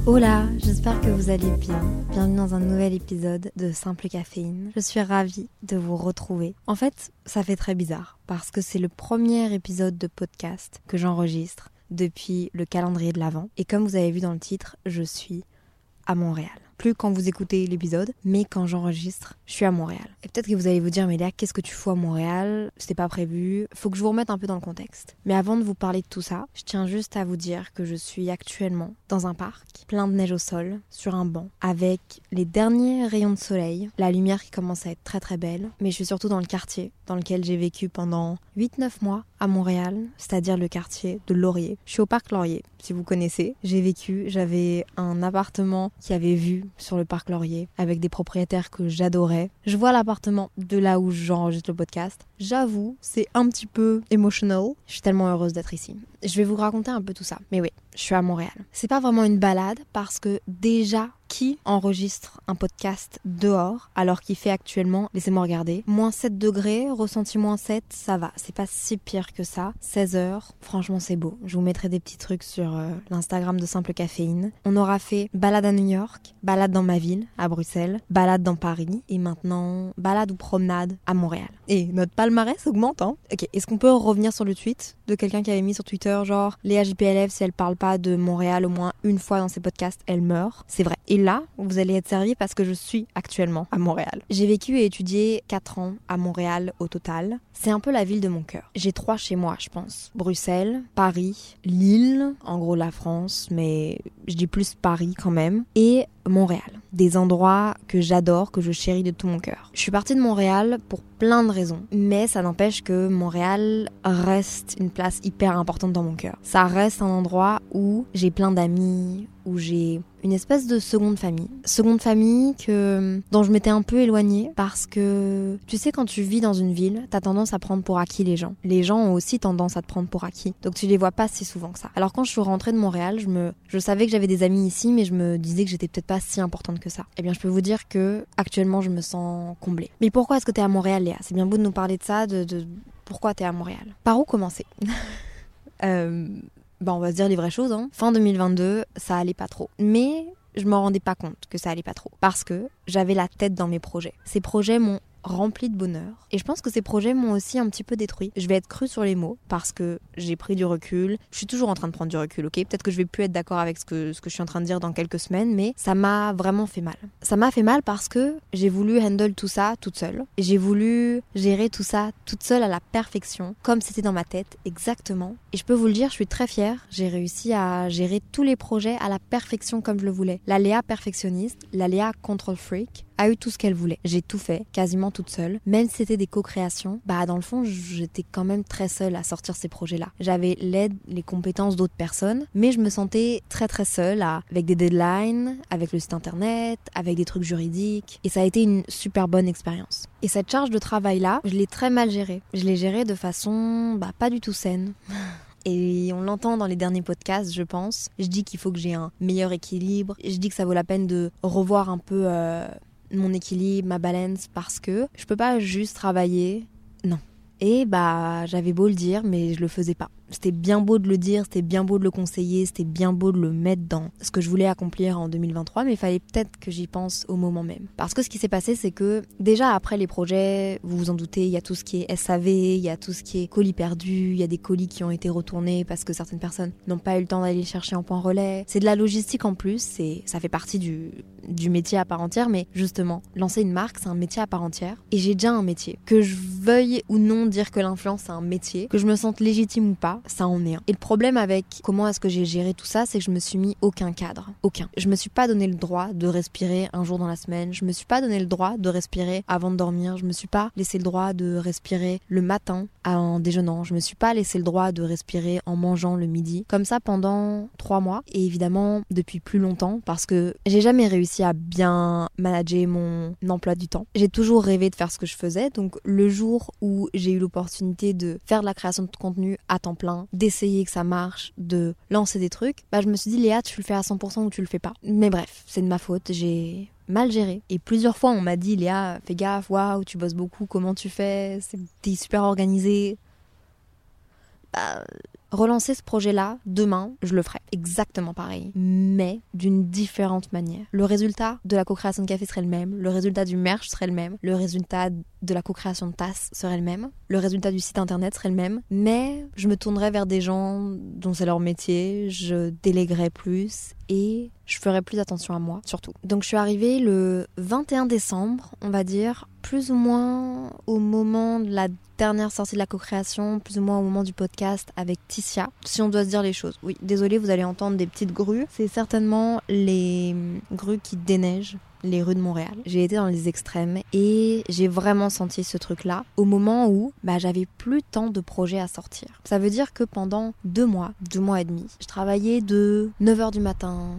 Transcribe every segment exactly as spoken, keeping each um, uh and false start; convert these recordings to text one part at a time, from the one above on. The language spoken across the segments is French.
Hola, j'espère que vous allez bien. Bienvenue dans un nouvel épisode de Simple Caféine. Je suis ravie de vous retrouver. En fait, ça fait très bizarre parce que c'est le premier épisode de podcast que j'enregistre depuis le calendrier de l'Avent. Et comme vous avez vu dans le titre, je suis à Montréal. Plus quand vous écoutez l'épisode, mais quand j'enregistre, je suis à Montréal. Et peut-être que vous allez vous dire, mais Léa, qu'est-ce que tu fous à Montréal ? C'était pas prévu. Faut que je vous remette un peu dans le contexte. Mais avant de vous parler de tout ça, je tiens juste à vous dire que je suis actuellement dans un parc, plein de neige au sol, sur un banc, avec les derniers rayons de soleil, la lumière qui commence à être très très belle. Mais je suis surtout dans le quartier dans lequel j'ai vécu pendant huit neuf mois à Montréal, c'est-à-dire le quartier de Laurier. Je suis au parc Laurier, si vous connaissez. J'ai vécu, j'avais un appartement qui avait vue sur le parc Laurier, avec des propriétaires que j'adorais. Je vois l'appartement de là où j'enregistre le podcast. J'avoue, c'est un petit peu emotional. Je suis tellement heureuse d'être ici. Je vais vous raconter un peu tout ça. Mais oui, je suis à Montréal. C'est pas vraiment une balade parce que déjà, qui enregistre un podcast dehors alors qu'il fait actuellement, laissez-moi regarder, moins sept degrés, ressenti moins sept, ça va. C'est pas si pire que ça. seize heures, franchement c'est beau. Je vous mettrai des petits trucs sur euh, l'Instagram de Simple Caféine. On aura fait balade à New York, balade dans ma ville, à Bruxelles, balade dans Paris et maintenant balade ou promenade à Montréal. Et notre palmarès augmente, hein. Ok, est-ce qu'on peut revenir sur le tweet de quelqu'un qui avait mis sur Twitter genre Léa J P L F, si elle parle pas de Montréal au moins une fois dans ses podcasts, elle meurt. C'est vrai. Et là, vous allez être servi parce que je suis actuellement à Montréal. J'ai vécu et étudié quatre ans à Montréal au total. C'est un peu la ville de mon cœur. J'ai trois chez moi, je pense. Bruxelles, Paris, Lille, en gros la France, mais je dis plus Paris quand même, et Montréal. Des endroits que j'adore, que je chéris de tout mon cœur. Je suis partie de Montréal pour plein de raisons, mais ça n'empêche que Montréal reste une place hyper importante dans mon cœur. Ça reste un endroit où j'ai plein d'amis, où j'ai une espèce de seconde famille. Seconde famille que, dont je m'étais un peu éloignée parce que, tu sais, quand tu vis dans une ville, t'as tendance à prendre pour acquis les gens. Les gens ont aussi tendance à te prendre pour acquis. Donc tu les vois pas si souvent que ça. Alors quand je suis rentrée de Montréal, je me, je savais que j'avais des amis ici, mais je me disais que j'étais peut-être pas si importante que ça. Eh bien, je peux vous dire que, actuellement, je me sens comblée. Mais pourquoi est-ce que t'es à Montréal, Léa ? C'est bien beau de nous parler de ça, de, de pourquoi t'es à Montréal. Par où commencer ? euh... Bah on va se dire les vraies choses, hein. Fin deux mille vingt-deux, ça allait pas trop. Mais je m'en rendais pas compte que ça allait pas trop. Parce que j'avais la tête dans mes projets. Ces projets m'ont rempli de bonheur. Et je pense que ces projets m'ont aussi un petit peu détruit. Je vais être crue sur les mots parce que j'ai pris du recul. Je suis toujours en train de prendre du recul, ok ? Peut-être que je vais plus être d'accord avec ce que, ce que je suis en train de dire dans quelques semaines, mais ça m'a vraiment fait mal. Ça m'a fait mal parce que j'ai voulu handle tout ça toute seule. J'ai voulu gérer tout ça toute seule à la perfection, comme c'était dans ma tête, exactement. Et je peux vous le dire, je suis très fière. J'ai réussi à gérer tous les projets à la perfection comme je le voulais. La Léa perfectionniste, la Léa control freak, a eu tout ce qu'elle voulait. J'ai tout fait, quasiment toute seule. Même si c'était des co-créations, bah dans le fond, j'étais quand même très seule à sortir ces projets-là. J'avais l'aide, les compétences d'autres personnes, mais je me sentais très très seule, à, avec des deadlines, avec le site internet, avec des trucs juridiques. Et ça a été une super bonne expérience. Et cette charge de travail-là, je l'ai très mal gérée. Je l'ai gérée de façon bah, pas du tout saine. Et on l'entend dans les derniers podcasts, je pense. Je dis qu'il faut que j'ai un meilleur équilibre. Je dis que ça vaut la peine de revoir un peu euh, mon équilibre, ma balance, parce que je peux pas juste travailler. Non. Et bah, j'avais beau le dire, mais je le faisais pas. C'était bien beau de le dire, c'était bien beau de le conseiller, c'était bien beau de le mettre dans ce que je voulais accomplir en deux mille vingt-trois, mais il fallait peut-être que j'y pense au moment même. Parce que ce qui s'est passé, c'est que déjà après les projets, vous vous en doutez, il y a tout ce qui est S A V, il y a tout ce qui est colis perdus, il y a des colis qui ont été retournés parce que certaines personnes n'ont pas eu le temps d'aller les chercher en point relais. C'est de la logistique en plus, c'est, ça fait partie du, du métier à part entière, mais justement, lancer une marque, c'est un métier à part entière. Et j'ai déjà un métier. Que je veuille ou non dire que l'influence, c'est un métier, que je me sente légitime ou pas, ça en est un. Et le problème avec comment est-ce que j'ai géré tout ça, c'est que je me suis mis aucun cadre. Aucun. Je me suis pas donné le droit de respirer un jour dans la semaine. Je me suis pas donné le droit de respirer avant de dormir. Je me suis pas laissé le droit de respirer le matin en déjeunant. Je me suis pas laissé le droit de respirer en mangeant le midi. Comme ça pendant trois mois. Et évidemment, depuis plus longtemps, parce que j'ai jamais réussi à bien manager mon emploi du temps. J'ai toujours rêvé de faire ce que je faisais. Donc le jour où j'ai eu l'opportunité de faire de la création de contenu à temps plein, d'essayer que ça marche, de lancer des trucs, bah je me suis dit Léa, tu le fais à cent pour cent ou tu le fais pas. Mais bref, c'est de ma faute, j'ai mal géré. Et plusieurs fois on m'a dit Léa, fais gaffe, waouh, tu bosses beaucoup, comment tu fais, t'es super organisée. Bah relancer ce projet-là, demain, je le ferai exactement pareil, mais d'une différente manière. Le résultat de la co-création de café serait le même, le résultat du merch serait le même, le résultat de la co-création de tasses serait le même, le résultat du site internet serait le même, mais je me tournerais vers des gens dont c'est leur métier, je déléguerais plus et je ferais plus attention à moi, surtout. Donc je suis arrivée le vingt et un décembre, on va dire, plus ou moins au moment de la dernière sortie de la co-création, plus ou moins au moment du podcast avec Ticia, si on doit se dire les choses. Oui, désolé, vous allez entendre des petites grues. C'est certainement les grues qui déneigent les rues de Montréal. J'ai été dans les extrêmes et j'ai vraiment senti ce truc-là au moment où bah, j'avais plus tant de projets à sortir. Ça veut dire que pendant deux mois, deux mois et demi, je travaillais de neuf heures du matin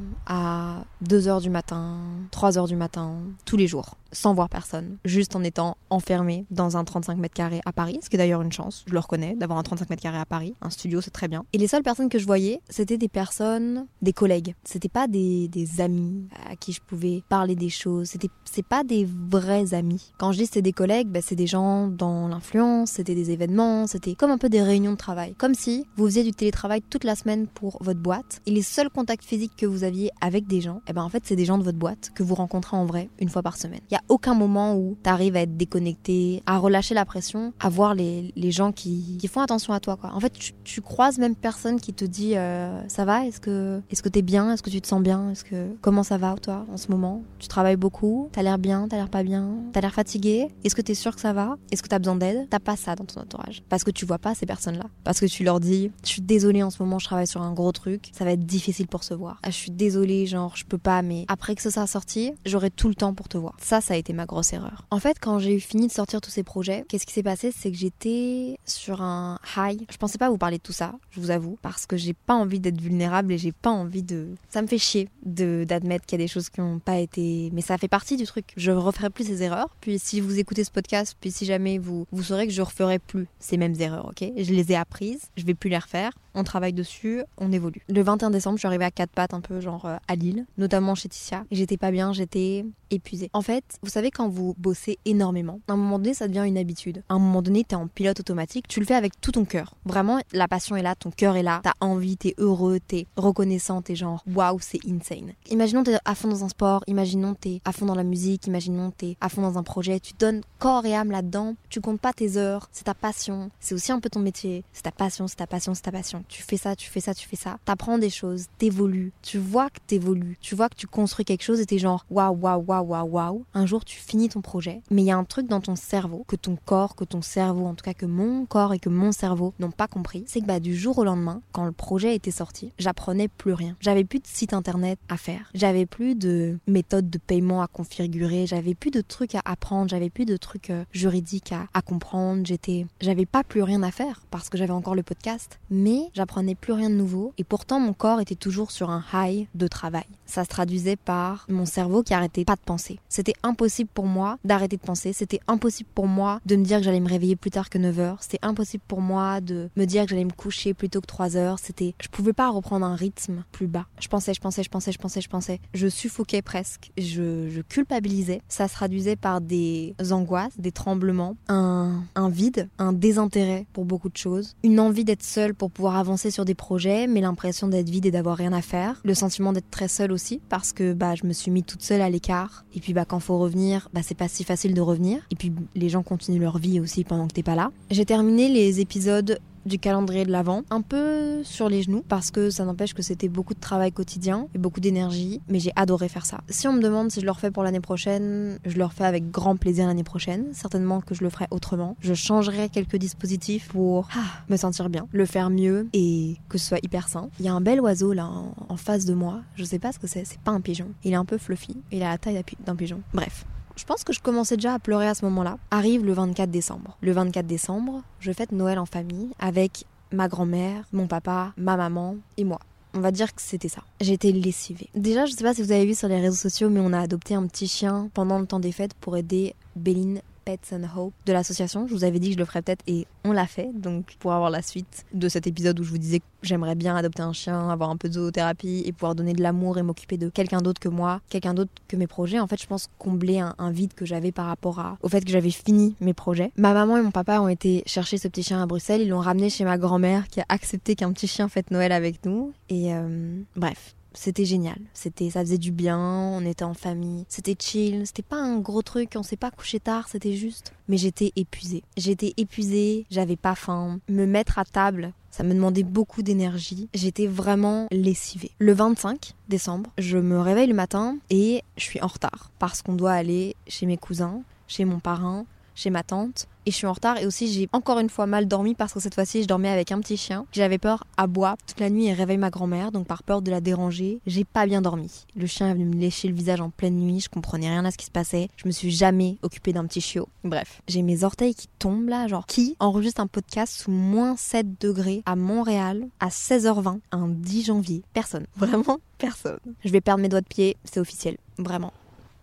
à deux heures du matin, trois heures du matin, tous les jours, sans voir personne, juste en étant enfermée dans un trente-cinq mètres carrés à Paris, ce qui est d'ailleurs une chance, je le reconnais, d'avoir un trente-cinq mètres carrés à Paris. Un studio, c'est très bien. Et les seules personnes que je voyais, c'était des personnes, des collègues. C'était pas des, des amis à qui je pouvais parler des choses. C'était, c'est pas des vrais amis. Quand je dis c'était des collègues, bah, c'est des gens dans l'influence, c'était des événements, c'était comme un peu des réunions de travail. Comme si vous faisiez du télétravail toute la semaine pour votre boîte et les seuls contacts physiques que vous aviez avec des gens, eh ben en fait c'est des gens de votre boîte que vous rencontrez en vrai une fois par semaine. Il y a aucun moment où t'arrives à être déconnecté, à relâcher la pression, à voir les, les gens qui, qui font attention à toi, quoi. En fait, tu, tu croises même personne qui te dit euh, ça va, est-ce que est-ce que t'es bien, est-ce que tu te sens bien, est-ce que comment ça va toi en ce moment? Tu travailles beaucoup, t'as l'air bien, t'as l'air pas bien, t'as l'air fatigué, est-ce que t'es sûr que ça va, est-ce que t'as besoin d'aide? T'as pas ça dans ton entourage parce que tu vois pas ces personnes-là, parce que tu leur dis je suis désolée en ce moment, je travaille sur un gros truc, ça va être difficile pour se voir. Ah, je suis désolée, genre je peux pas, mais après que ça soit sorti, j'aurai tout le temps pour te voir. Ça, ça a été ma grosse erreur. En fait, quand j'ai eu fini de sortir tous ces projets, qu'est-ce qui s'est passé? C'est que j'étais sur un high. Je pensais pas vous parler de tout ça, je vous avoue, parce que j'ai pas envie d'être vulnérable et j'ai pas envie de... Ça me fait chier de d'admettre qu'il y a des choses qui n'ont pas été... Mais ça fait partie du truc. Je referai plus ces erreurs. Puis si vous écoutez ce podcast, puis si jamais vous, vous saurez que je referai plus ces mêmes erreurs, ok? Je les ai apprises, je vais plus les refaire. On travaille dessus, on évolue. Le vingt et un décembre, je suis arrivée à quatre pattes un peu genre euh, à Lille, notamment chez Ticia. J'étais pas bien, j'étais épuisée. En fait, vous savez quand vous bossez énormément, à un moment donné, ça devient une habitude. À un moment donné, t'es en pilote automatique, tu le fais avec tout ton cœur. Vraiment, la passion est là, ton cœur est là, t'as envie, t'es heureux, t'es reconnaissant, t'es genre waouh, c'est insane. Imaginons t'es à fond dans un sport, imaginons t'es à fond dans la musique, imaginons t'es à fond dans un projet, tu donnes corps et âme là-dedans, tu comptes pas tes heures, c'est ta passion, c'est aussi un peu ton métier, c'est ta passion, c'est ta passion, c'est ta passion. Tu fais ça, tu fais ça, tu fais ça. T'apprends des choses, t'évolues. Tu vois que t'évolues. Tu vois que tu construis quelque chose et t'es genre waouh, waouh, waouh, waouh, waouh. Un jour, tu finis ton projet. Mais il y a un truc dans ton cerveau, que ton corps, que ton cerveau, en tout cas que mon corps et que mon cerveau n'ont pas compris. C'est que bah, du jour au lendemain, quand le projet était sorti, j'apprenais plus rien. J'avais plus de site internet à faire. J'avais plus de méthode de paiement à configurer. J'avais plus de trucs à apprendre. J'avais plus de trucs euh, juridiques à, à comprendre. J'étais, j'avais pas plus rien à faire parce que j'avais encore le podcast. Mais j'apprenais plus rien de nouveau et pourtant mon corps était toujours sur un high de travail. Ça se traduisait par mon cerveau qui arrêtait pas de penser. C'était impossible pour moi d'arrêter de penser, c'était impossible pour moi de me dire que j'allais me réveiller plus tard que neuf heures, c'était impossible pour moi de me dire que j'allais me coucher plus tôt que trois heures, c'était... Je pouvais pas reprendre un rythme plus bas. Je pensais, je pensais, je pensais, je pensais, je pensais. Je suffoquais presque, je, je culpabilisais. Ça se traduisait par des angoisses, des tremblements, un, un vide, un désintérêt pour beaucoup de choses, une envie d'être seule pour pouvoir avancer sur des projets, mais l'impression d'être vide et d'avoir rien à faire. Le sentiment d'être très seule aussi, parce que bah, je me suis mis toute seule à l'écart. Et puis bah, quand faut revenir, bah, c'est pas si facile de revenir. Et puis les gens continuent leur vie aussi pendant que t'es pas là. J'ai terminé les épisodes du calendrier de l'Avent, un peu sur les genoux, parce que ça n'empêche que c'était beaucoup de travail quotidien et beaucoup d'énergie, mais j'ai adoré faire ça. Si on me demande si je le refais pour l'année prochaine, je le refais avec grand plaisir l'année prochaine, certainement que je le ferai autrement. Je changerai quelques dispositifs pour ah, me sentir bien, le faire mieux et que ce soit hyper sain. Il y a un bel oiseau là en, en face de moi, je sais pas ce que c'est, c'est pas un pigeon. Il est un peu fluffy, il a la taille d'un pigeon. Bref. Je pense que je commençais déjà à pleurer à ce moment-là. Arrive le vingt-quatre décembre. Le vingt-quatre décembre, je fête Noël en famille avec ma grand-mère, mon papa, ma maman et moi. On va dire que c'était ça. J'ai été lessivée. Déjà, je sais pas si vous avez vu sur les réseaux sociaux, mais on a adopté un petit chien pendant le temps des fêtes pour aider Béline Pets and Hope de l'association. Je vous avais dit que je le ferais peut-être et on l'a fait. Donc pour avoir la suite de cet épisode où je vous disais que j'aimerais bien adopter un chien, avoir un peu de zoothérapie et pouvoir donner de l'amour et m'occuper de quelqu'un d'autre que moi, quelqu'un d'autre que mes projets. En fait, je pense combler un, un vide que j'avais par rapport à, au fait que j'avais fini mes projets. Ma maman et mon papa ont été chercher ce petit chien à Bruxelles. Ils l'ont ramené chez ma grand-mère qui a accepté qu'un petit chien fête Noël avec nous. Et euh, bref. C'était génial, c'était, ça faisait du bien, on était en famille, c'était chill, c'était pas un gros truc, on s'est pas couché tard, c'était juste. Mais j'étais épuisée, j'étais épuisée, j'avais pas faim. Me mettre à table, ça me demandait beaucoup d'énergie, j'étais vraiment lessivée. Le vingt-cinq décembre, je me réveille le matin et je suis en retard parce qu'on doit aller chez mes cousins, chez mon parrain, chez ma tante. Et je suis en retard et aussi j'ai encore une fois mal dormi parce que cette fois-ci je dormais avec un petit chien. J'avais peur à boire toute la nuit et réveille ma grand-mère, donc par peur de la déranger, j'ai pas bien dormi. Le chien est venu me lécher le visage en pleine nuit, je comprenais rien à ce qui se passait. Je me suis jamais occupée d'un petit chiot. Bref, j'ai mes orteils qui tombent là, genre qui enregistre un podcast sous moins sept degrés à Montréal à seize heures vingt un dix janvier. Personne, vraiment personne. Je vais perdre mes doigts de pied, c'est officiel, vraiment.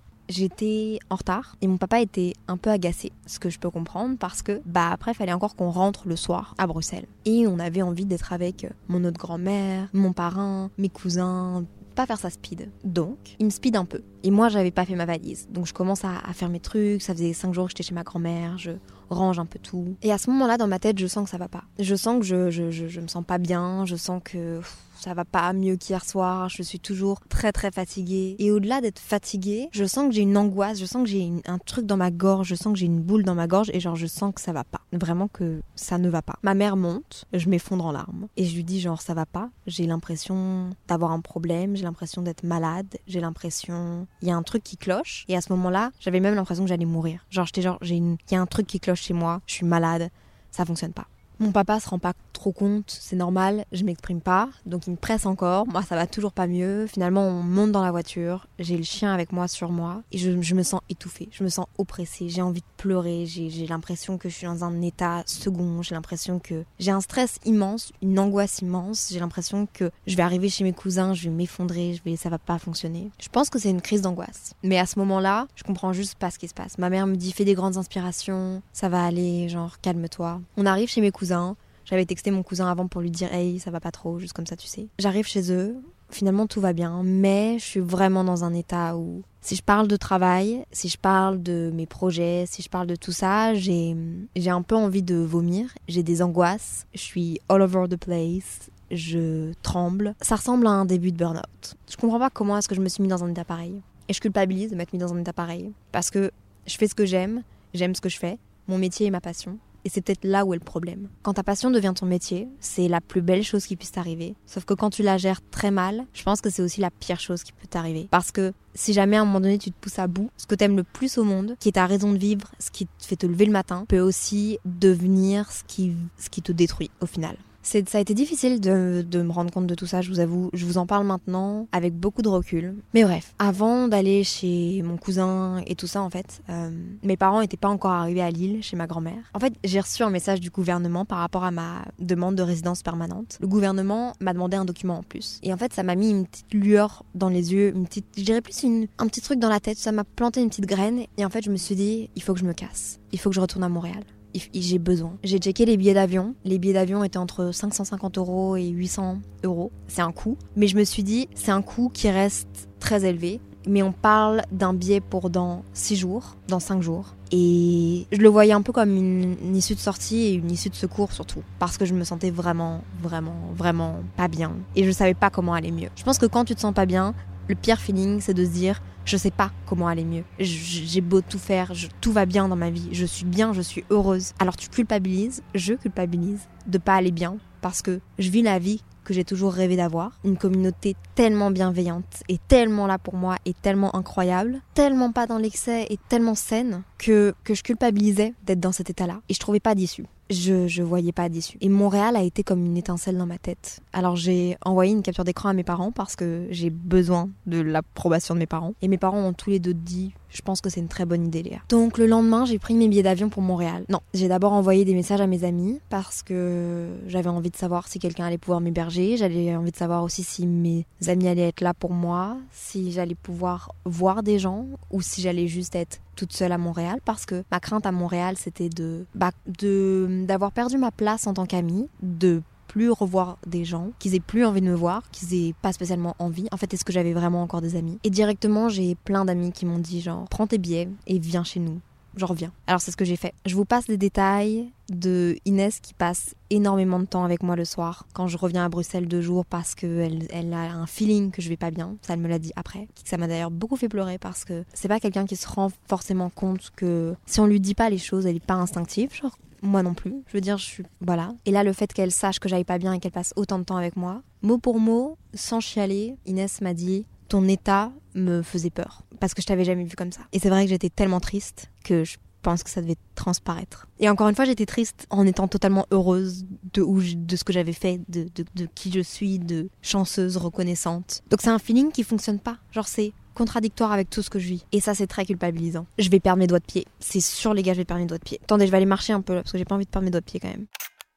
J'étais en retard et mon papa était un peu agacé, ce que je peux comprendre parce que bah après il fallait encore qu'on rentre le soir à Bruxelles et on avait envie d'être avec mon autre grand-mère, mon parrain, mes cousins, pas faire ça speed. Donc il me speed un peu et moi j'avais pas fait ma valise, donc je commence à, à faire mes trucs. Ça faisait cinq jours que j'étais chez ma grand-mère, je range un peu tout et à ce moment-là dans ma tête je sens que ça va pas, je sens que je, je, je, je me sens pas bien, je sens que pff, ça va pas mieux qu'hier soir, je suis toujours très très fatiguée. Et au-delà d'être fatiguée, je sens que j'ai une angoisse, je sens que j'ai une, un truc dans ma gorge, je sens que j'ai une boule dans ma gorge et genre je sens que ça va pas. Vraiment que ça ne va pas. Ma mère monte, je m'effondre en larmes et je lui dis genre ça va pas, j'ai l'impression d'avoir un problème, j'ai l'impression d'être malade, j'ai l'impression... Il y a un truc qui cloche et à ce moment-là, j'avais même l'impression que j'allais mourir. Genre j'étais genre, j'ai une... il y a un truc qui cloche chez moi, je suis malade, ça fonctionne pas. Mon papa se rend pas trop compte, c'est normal, je m'exprime pas, donc il me presse encore, moi ça va toujours pas mieux. Finalement on monte dans la voiture, j'ai le chien avec moi sur moi et je, je me sens étouffée, je me sens oppressée, j'ai envie de pleurer, j'ai, j'ai l'impression que je suis dans un état second, j'ai l'impression que j'ai un stress immense, une angoisse immense, j'ai l'impression que je vais arriver chez mes cousins, je vais m'effondrer, je vais, ça va pas fonctionner. Je pense que c'est une crise d'angoisse, mais à ce moment-là, je comprends juste pas ce qui se passe. Ma mère me dit fais des grandes inspirations, ça va aller, genre calme-toi. On arrive chez mes cousins. J'avais texté mon cousin avant pour lui dire « Hey, ça va pas trop, juste comme ça, tu sais. » J'arrive chez eux, finalement tout va bien, mais je suis vraiment dans un état où... Si je parle de travail, si je parle de mes projets, si je parle de tout ça, j'ai, j'ai un peu envie de vomir, j'ai des angoisses, je suis all over the place, je tremble. Ça ressemble à un début de burn-out. Je comprends pas comment est-ce que je me suis mis dans un état pareil. Et je culpabilise de m'être mis dans un état pareil, parce que je fais ce que j'aime, j'aime ce que je fais, mon métier est ma passion. Et c'est peut-être là où est le problème. Quand ta passion devient ton métier, c'est la plus belle chose qui puisse t'arriver. Sauf que quand tu la gères très mal, je pense que c'est aussi la pire chose qui peut t'arriver. Parce que si jamais à un moment donné tu te pousses à bout, ce que t'aimes le plus au monde, qui est ta raison de vivre, ce qui te fait te lever le matin, peut aussi devenir ce qui, ce qui te détruit au final. C'est, ça a été difficile de, de me rendre compte de tout ça, je vous avoue. Je vous en parle maintenant avec beaucoup de recul. Mais bref, avant d'aller chez mon cousin et tout ça, en fait, euh, mes parents n'étaient pas encore arrivés à Lille, chez ma grand-mère. En fait, j'ai reçu un message du gouvernement par rapport à ma demande de résidence permanente. Le gouvernement m'a demandé un document en plus. Et en fait, ça m'a mis une petite lueur dans les yeux, une petite, je dirais plus une, un petit truc dans la tête. Ça m'a planté une petite graine. Et en fait, je me suis dit, il faut que je me casse. Il faut que je retourne à Montréal. J'ai besoin. J'ai checké les billets d'avion. Les billets d'avion étaient entre cinq cent cinquante euros et huit cents euros. C'est un coût. Mais je me suis dit, c'est un coût qui reste très élevé. Mais on parle d'un billet pour dans six jours, dans cinq jours. Et je le voyais un peu comme une, une issue de sortie et une issue de secours surtout. Parce que je me sentais vraiment, vraiment, vraiment pas bien. Et je savais pas comment aller mieux. Je pense que quand tu te sens pas bien, le pire feeling, c'est de se dire... Je sais pas comment aller mieux. J'ai beau tout faire, je, tout va bien dans ma vie. Je suis bien, je suis heureuse. Alors tu culpabilises, je culpabilise de pas aller bien parce que je vis la vie que j'ai toujours rêvé d'avoir. Une communauté tellement bienveillante et tellement là pour moi et tellement incroyable, tellement pas dans l'excès et tellement saine que, que je culpabilisais d'être dans cet état-là. Et je trouvais pas d'issue. Je, je voyais pas d'issue. Et Montréal a été comme une étincelle dans ma tête. Alors j'ai envoyé une capture d'écran à mes parents parce que j'ai besoin de l'approbation de mes parents. Et mes parents ont tous les deux dit, je pense que c'est une très bonne idée, Léa. Donc le lendemain, j'ai pris mes billets d'avion pour Montréal. Non, j'ai d'abord envoyé des messages à mes amis parce que j'avais envie de savoir si quelqu'un allait pouvoir m'héberger. J'avais envie de savoir aussi si mes amis allaient être là pour moi, si j'allais pouvoir voir des gens ou si j'allais juste être toute seule à Montréal parce que ma crainte à Montréal c'était de, bah, de d'avoir perdu ma place en tant qu'amie, de plus revoir des gens, qu'ils aient plus envie de me voir, qu'ils aient pas spécialement envie. En fait, est-ce que j'avais vraiment encore des amis? Et directement, j'ai plein d'amis qui m'ont dit genre, prends tes billets et viens chez nous. Je reviens. Alors c'est ce que j'ai fait. Je vous passe des détails de Inès qui passe énormément de temps avec moi le soir quand je reviens à Bruxelles deux jours parce qu'elle elle a un feeling que je vais pas bien. Ça, elle me l'a dit après. Ça m'a d'ailleurs beaucoup fait pleurer parce que c'est pas quelqu'un qui se rend forcément compte que si on lui dit pas les choses, elle est pas instinctive. Genre, moi non plus. Je veux dire, je suis... Voilà. Et là, le fait qu'elle sache que j'aille pas bien et qu'elle passe autant de temps avec moi, mot pour mot, sans chialer, Inès m'a dit... Ton état me faisait peur parce que je t'avais jamais vu comme ça. Et c'est vrai que j'étais tellement triste que je pense que ça devait transparaître. Et encore une fois, j'étais triste en étant totalement heureuse de, où je, de ce que j'avais fait, de, de, de qui je suis, de chanceuse, reconnaissante. Donc c'est un feeling qui fonctionne pas. Genre c'est contradictoire avec tout ce que je vis. Et ça, c'est très culpabilisant. Je vais perdre mes doigts de pied. C'est sûr, les gars, je vais perdre mes doigts de pied. Attendez, je vais aller marcher un peu là parce que j'ai pas envie de perdre mes doigts de pied quand même.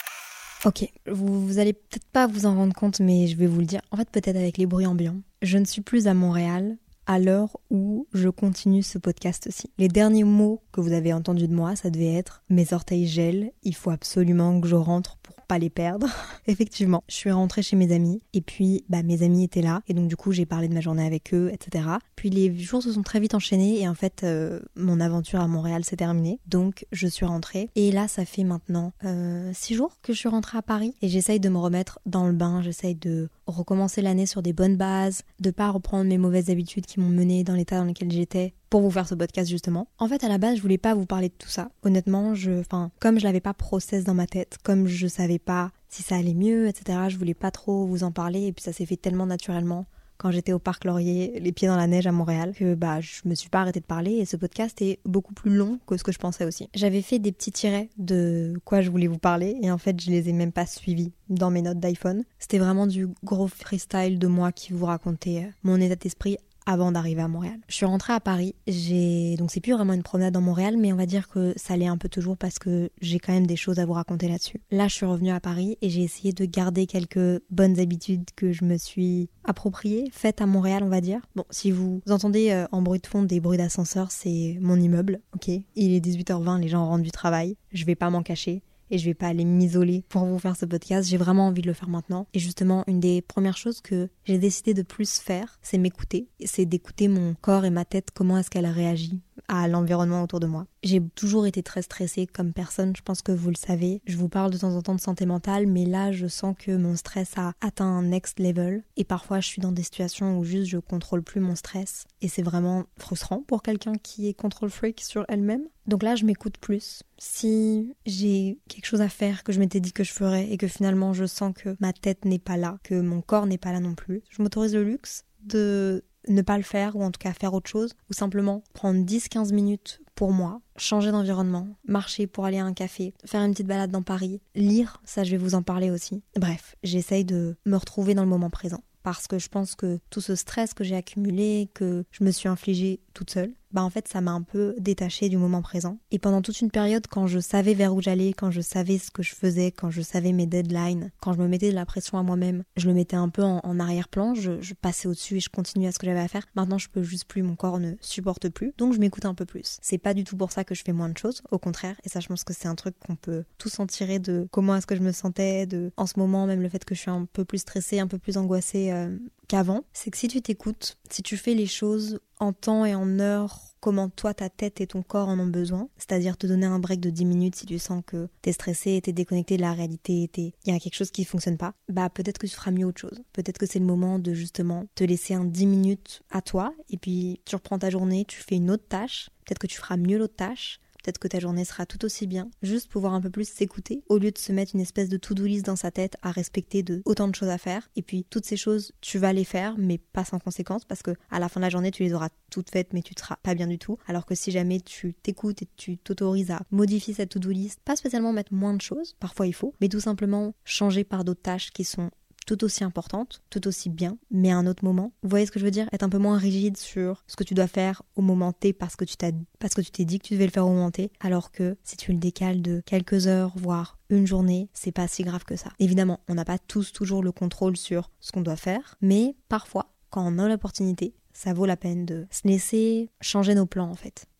Ok, vous, vous allez peut-être pas vous en rendre compte, mais je vais vous le dire. En fait, peut-être avec les bruits ambiants. Je ne suis plus à Montréal à l'heure où je continue ce podcast-ci. Les derniers mots que vous avez entendus de moi, ça devait être « Mes orteils gèlent, il faut absolument que je rentre pour pas les perdre ». Effectivement, je suis rentrée chez mes amis et puis bah, mes amis étaient là et donc du coup j'ai parlé de ma journée avec eux, et cetera. Puis les jours se sont très vite enchaînés et en fait euh, mon aventure à Montréal s'est terminée. Donc je suis rentrée et là ça fait maintenant euh, six jours que je suis rentrée à Paris et j'essaye de me remettre dans le bain, j'essaye de recommencer l'année sur des bonnes bases, de pas reprendre mes mauvaises habitudes qui m'ont menée dans l'état dans lequel j'étais pour vous faire ce podcast justement. En fait à la base je voulais pas vous parler de tout ça. Honnêtement, je, enfin, comme je l'avais pas process dans ma tête, comme je savais pas si ça allait mieux, et cetera. Je voulais pas trop vous en parler et puis ça s'est fait tellement naturellement quand j'étais au Parc Laurier, les pieds dans la neige à Montréal, que bah je me suis pas arrêtée de parler et ce podcast est beaucoup plus long que ce que je pensais aussi. J'avais fait des petits tirets de quoi je voulais vous parler et en fait je les ai même pas suivis dans mes notes d'iPhone. C'était vraiment du gros freestyle de moi qui vous racontait mon état d'esprit avant d'arriver à Montréal. Je suis rentrée à Paris, j'ai donc c'est plus vraiment une promenade dans Montréal, mais on va dire que ça l'est un peu toujours parce que j'ai quand même des choses à vous raconter là-dessus. Là, je suis revenue à Paris et j'ai essayé de garder quelques bonnes habitudes que je me suis appropriées, faites à Montréal, on va dire. Bon, si vous entendez euh, en bruit de fond des bruits d'ascenseur, c'est mon immeuble, ok. Il est dix-huit heures vingt, les gens rentrent du travail, je vais pas m'en cacher. Et je vais pas aller m'isoler pour vous faire ce podcast, j'ai vraiment envie de le faire maintenant. Et justement, une des premières choses que j'ai décidé de plus faire, c'est m'écouter. C'est d'écouter mon corps et ma tête, comment est-ce qu'elle réagit à l'environnement autour de moi. J'ai toujours été très stressée comme personne, je pense que vous le savez. Je vous parle de temps en temps de santé mentale, mais là, je sens que mon stress a atteint un next level. Et parfois, je suis dans des situations où juste je contrôle plus mon stress. Et c'est vraiment frustrant pour quelqu'un qui est control freak sur elle-même. Donc là, je m'écoute plus. Si j'ai quelque chose à faire que je m'étais dit que je ferais et que finalement je sens que ma tête n'est pas là, que mon corps n'est pas là non plus, je m'autorise le luxe de ne pas le faire ou en tout cas faire autre chose ou simplement prendre dix à quinze minutes pour moi, changer d'environnement, marcher pour aller à un café, faire une petite balade dans Paris, lire, ça je vais vous en parler aussi. Bref, j'essaye de me retrouver dans le moment présent. Parce que je pense que tout ce stress que j'ai accumulé, que je me suis infligé toute seule, bah en fait ça m'a un peu détachée du moment présent. Et pendant toute une période, quand je savais vers où j'allais, quand je savais ce que je faisais, quand je savais mes deadlines, quand je me mettais de la pression à moi-même, je le mettais un peu en, en arrière-plan, je, je passais au-dessus et je continuais à ce que j'avais à faire. Maintenant je peux juste plus, mon corps ne supporte plus, donc je m'écoute un peu plus. C'est pas du tout pour ça que je fais moins de choses, au contraire, et ça je pense que c'est un truc qu'on peut tous en tirer de comment est-ce que je me sentais, de en ce moment, même le fait que je suis un peu plus stressée, un peu plus angoissée euh, qu'avant, c'est que si tu t'écoutes, si tu fais les choses en temps et en heure, comment toi, ta tête et ton corps en ont besoin, c'est-à-dire te donner un break de dix minutes si tu sens que t'es stressé, t'es déconnecté de la réalité, il y a quelque chose qui fonctionne pas, bah peut-être que tu feras mieux autre chose. Peut-être que c'est le moment de justement te laisser un dix minutes à toi et puis tu reprends ta journée, tu fais une autre tâche, peut-être que tu feras mieux l'autre tâche, peut-être que ta journée sera tout aussi bien, juste pouvoir un peu plus s'écouter au lieu de se mettre une espèce de to-do list dans sa tête à respecter de autant de choses à faire. Et puis toutes ces choses, tu vas les faire, mais pas sans conséquence, parce que à la fin de la journée, tu les auras toutes faites, mais tu ne seras pas bien du tout. Alors que si jamais tu t'écoutes et tu t'autorises à modifier cette to-do list, pas spécialement mettre moins de choses, parfois il faut, mais tout simplement changer par d'autres tâches qui sont tout aussi importante, tout aussi bien, mais à un autre moment. Vous voyez ce que je veux dire? Être un peu moins rigide sur ce que tu dois faire au moment T parce que tu t'as, parce que tu t'es dit que tu devais le faire au moment T, alors que si tu le décales de quelques heures, voire une journée, c'est pas si grave que ça. Évidemment, on n'a pas tous toujours le contrôle sur ce qu'on doit faire, mais parfois, quand on a l'opportunité, ça vaut la peine de se laisser changer nos plans en fait.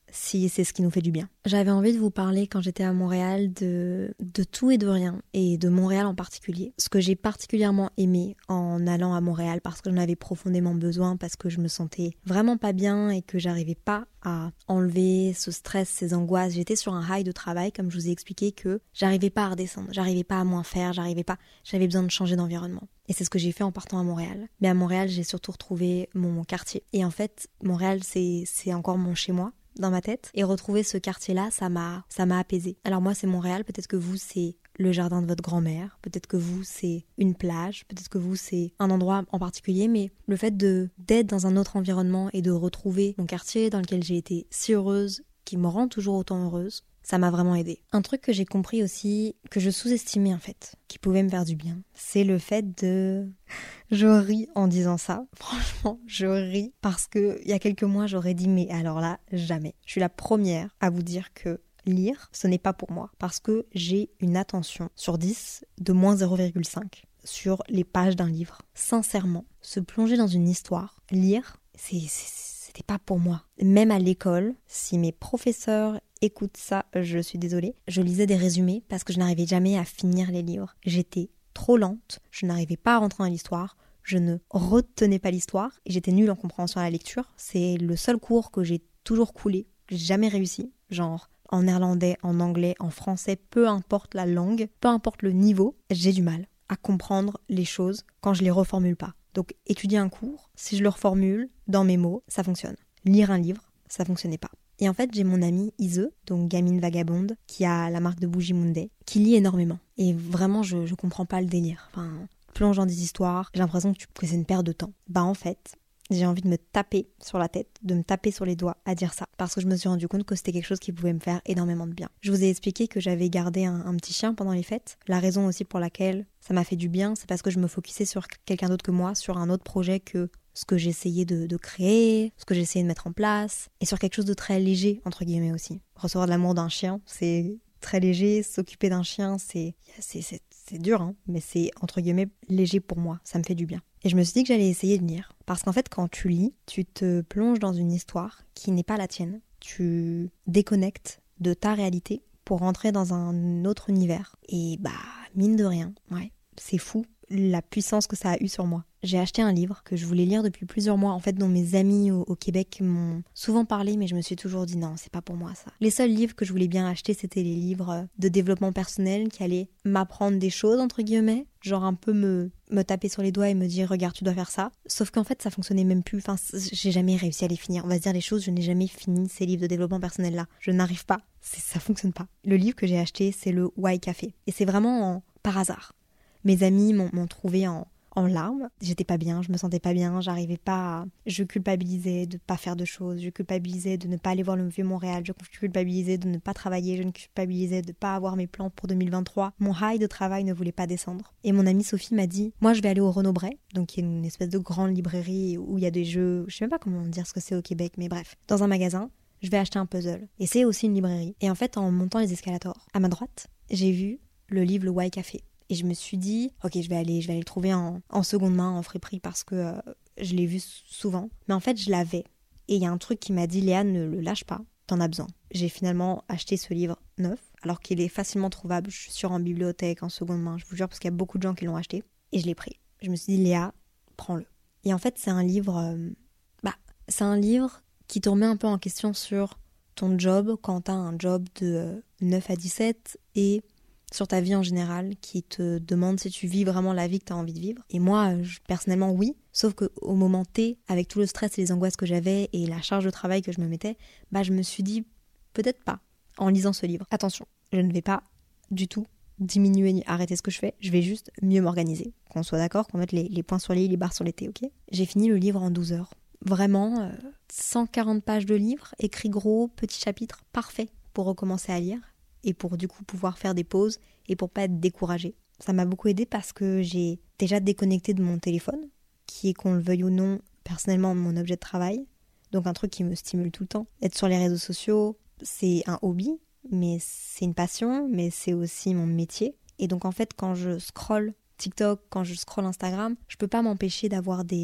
si c'est ce qui nous fait du bien. J'avais envie de vous parler quand j'étais à Montréal de, de tout et de rien, et de Montréal en particulier. Ce que j'ai particulièrement aimé en allant à Montréal, parce que j'en avais profondément besoin, parce que je me sentais vraiment pas bien et que j'arrivais pas à enlever ce stress, ces angoisses. J'étais sur un high de travail, comme je vous ai expliqué, que j'arrivais pas à redescendre, j'arrivais pas à moins faire, j'arrivais pas, j'avais besoin de changer d'environnement. Et c'est ce que j'ai fait en partant à Montréal. Mais à Montréal, j'ai surtout retrouvé mon, mon quartier. Et en fait, Montréal, c'est, c'est encore mon chez-moi dans ma tête, et retrouver ce quartier-là, ça m'a, ça m'a apaisée. Alors moi, c'est Montréal, peut-être que vous, c'est le jardin de votre grand-mère, peut-être que vous, c'est une plage, peut-être que vous, c'est un endroit en particulier, mais le fait de, d'être dans un autre environnement et de retrouver mon quartier dans lequel j'ai été si heureuse, qui me rend toujours autant heureuse, ça m'a vraiment aidée. Un truc que j'ai compris aussi, que je sous-estimais en fait, qui pouvait me faire du bien, c'est le fait de... Je ris en disant ça, franchement, je ris, parce que il y a quelques mois, j'aurais dit, mais alors là, jamais. Je suis la première à vous dire que lire, ce n'est pas pour moi, parce que j'ai une attention sur dix de moins zéro virgule cinq sur les pages d'un livre. Sincèrement, se plonger dans une histoire, lire, c'est... c'est c'était pas pour moi. Même à l'école, si mes professeurs écoutent ça, je suis désolée, je lisais des résumés parce que je n'arrivais jamais à finir les livres. J'étais trop lente, je n'arrivais pas à rentrer dans l'histoire, je ne retenais pas l'histoire et j'étais nulle en compréhension à la lecture. C'est le seul cours que j'ai toujours coulé, que j'ai jamais réussi, genre en néerlandais, en anglais, en français, peu importe la langue, peu importe le niveau, j'ai du mal à comprendre les choses quand je les reformule pas. Donc étudier un cours, si je le reformule dans mes mots, ça fonctionne. Lire un livre, ça fonctionnait pas. Et en fait, j'ai mon amie Ise, donc gamine vagabonde, qui a la marque de Bougie Monday, qui lit énormément. Et vraiment, je, je comprends pas le délire. Enfin, plonge dans des histoires, j'ai l'impression que, tu, que c'est une perte de temps. Bah en fait, j'ai envie de me taper sur la tête, de me taper sur les doigts à dire ça. Parce que je me suis rendu compte que c'était quelque chose qui pouvait me faire énormément de bien. Je vous ai expliqué que j'avais gardé un, un petit chien pendant les fêtes. La raison aussi pour laquelle ça m'a fait du bien, c'est parce que je me focusais sur quelqu'un d'autre que moi, sur un autre projet que ce que j'essayais de, de créer, ce que j'essayais de mettre en place, et sur quelque chose de très léger, entre guillemets aussi. Recevoir de l'amour d'un chien, c'est très léger. S'occuper d'un chien, c'est, c'est, c'est, c'est dur, hein, mais c'est, entre guillemets, léger pour moi. Ça me fait du bien. Et je me suis dit que j'allais essayer de lire. Parce qu'en fait, quand tu lis, tu te plonges dans une histoire qui n'est pas la tienne. Tu déconnectes de ta réalité pour rentrer dans un autre univers. Et bah, mine de rien, ouais, c'est fou la puissance que ça a eu sur moi. J'ai acheté un livre que je voulais lire depuis plusieurs mois, en fait, dont mes amis au, au Québec m'ont souvent parlé, mais je me suis toujours dit non, c'est pas pour moi ça. Les seuls livres que je voulais bien acheter, c'était les livres de développement personnel qui allaient m'apprendre des choses, entre guillemets, genre un peu me, me taper sur les doigts et me dire regarde, tu dois faire ça. Sauf qu'en fait, ça fonctionnait même plus. Enfin, j'ai jamais réussi à les finir. On va se dire les choses, je n'ai jamais fini ces livres de développement personnel là. Je n'arrive pas. C'est, ça fonctionne pas. Le livre que j'ai acheté, c'est le Why Café. Et c'est vraiment en, par hasard. Mes amis m'ont, m'ont trouvé en, en larmes. J'étais pas bien, je me sentais pas bien, j'arrivais pas à... Je culpabilisais de pas faire de choses, je culpabilisais de ne pas aller voir le Vieux Montréal, je culpabilisais de ne pas travailler, je culpabilisais de pas avoir mes plans pour deux mille vingt-trois. Mon high de travail ne voulait pas descendre. Et mon amie Sophie m'a dit, moi je vais aller au Renaud-Bray, donc qui est une espèce de grande librairie où il y a des jeux, je sais même pas comment dire ce que c'est au Québec, mais bref, dans un magasin, je vais acheter un puzzle. Et c'est aussi une librairie. Et en fait, en montant les escalators, à ma droite, j'ai vu le livre Le Why Café. Et je me suis dit, ok, je vais aller, je vais aller le trouver en, en seconde main, en friperie, parce que euh, je l'ai vu souvent. Mais en fait, je l'avais. Et il y a un truc qui m'a dit, Léa, ne le lâche pas, t'en as besoin. J'ai finalement acheté ce livre neuf, alors qu'il est facilement trouvable, je suis sûre, en bibliothèque, en seconde main, je vous jure, parce qu'il y a beaucoup de gens qui l'ont acheté. Et je l'ai pris. Je me suis dit, Léa, prends-le. Et en fait, c'est un livre... Euh, bah, c'est un livre qui te remet un peu en question sur ton job, quand t'as un job de euh, neuf à dix-sept, et... sur ta vie en général, qui te demande si tu vis vraiment la vie que tu as envie de vivre. Et moi, je, personnellement, oui. Sauf qu'au moment T, avec tout le stress et les angoisses que j'avais et la charge de travail que je me mettais, bah je me suis dit, peut-être pas, en lisant ce livre. Attention, je ne vais pas du tout diminuer ni arrêter ce que je fais, je vais juste mieux m'organiser. Qu'on soit d'accord, qu'on mette les, les points sur les i, les barres sur les t, ok ? J'ai fini le livre en douze heures. Vraiment, euh, cent quarante pages de livre, écrit gros, petits chapitres, parfait pour recommencer à lire. Et pour du coup pouvoir faire des pauses et pour pas être découragée. Ça m'a beaucoup aidée parce que j'ai déjà déconnecté de mon téléphone, qui est, qu'on le veuille ou non, personnellement mon objet de travail, donc un truc qui me stimule tout le temps. Être sur les réseaux sociaux, c'est un hobby, mais c'est une passion, mais c'est aussi mon métier. Et donc en fait, quand je scrolle TikTok, quand je scrolle Instagram, je peux pas m'empêcher d'avoir des,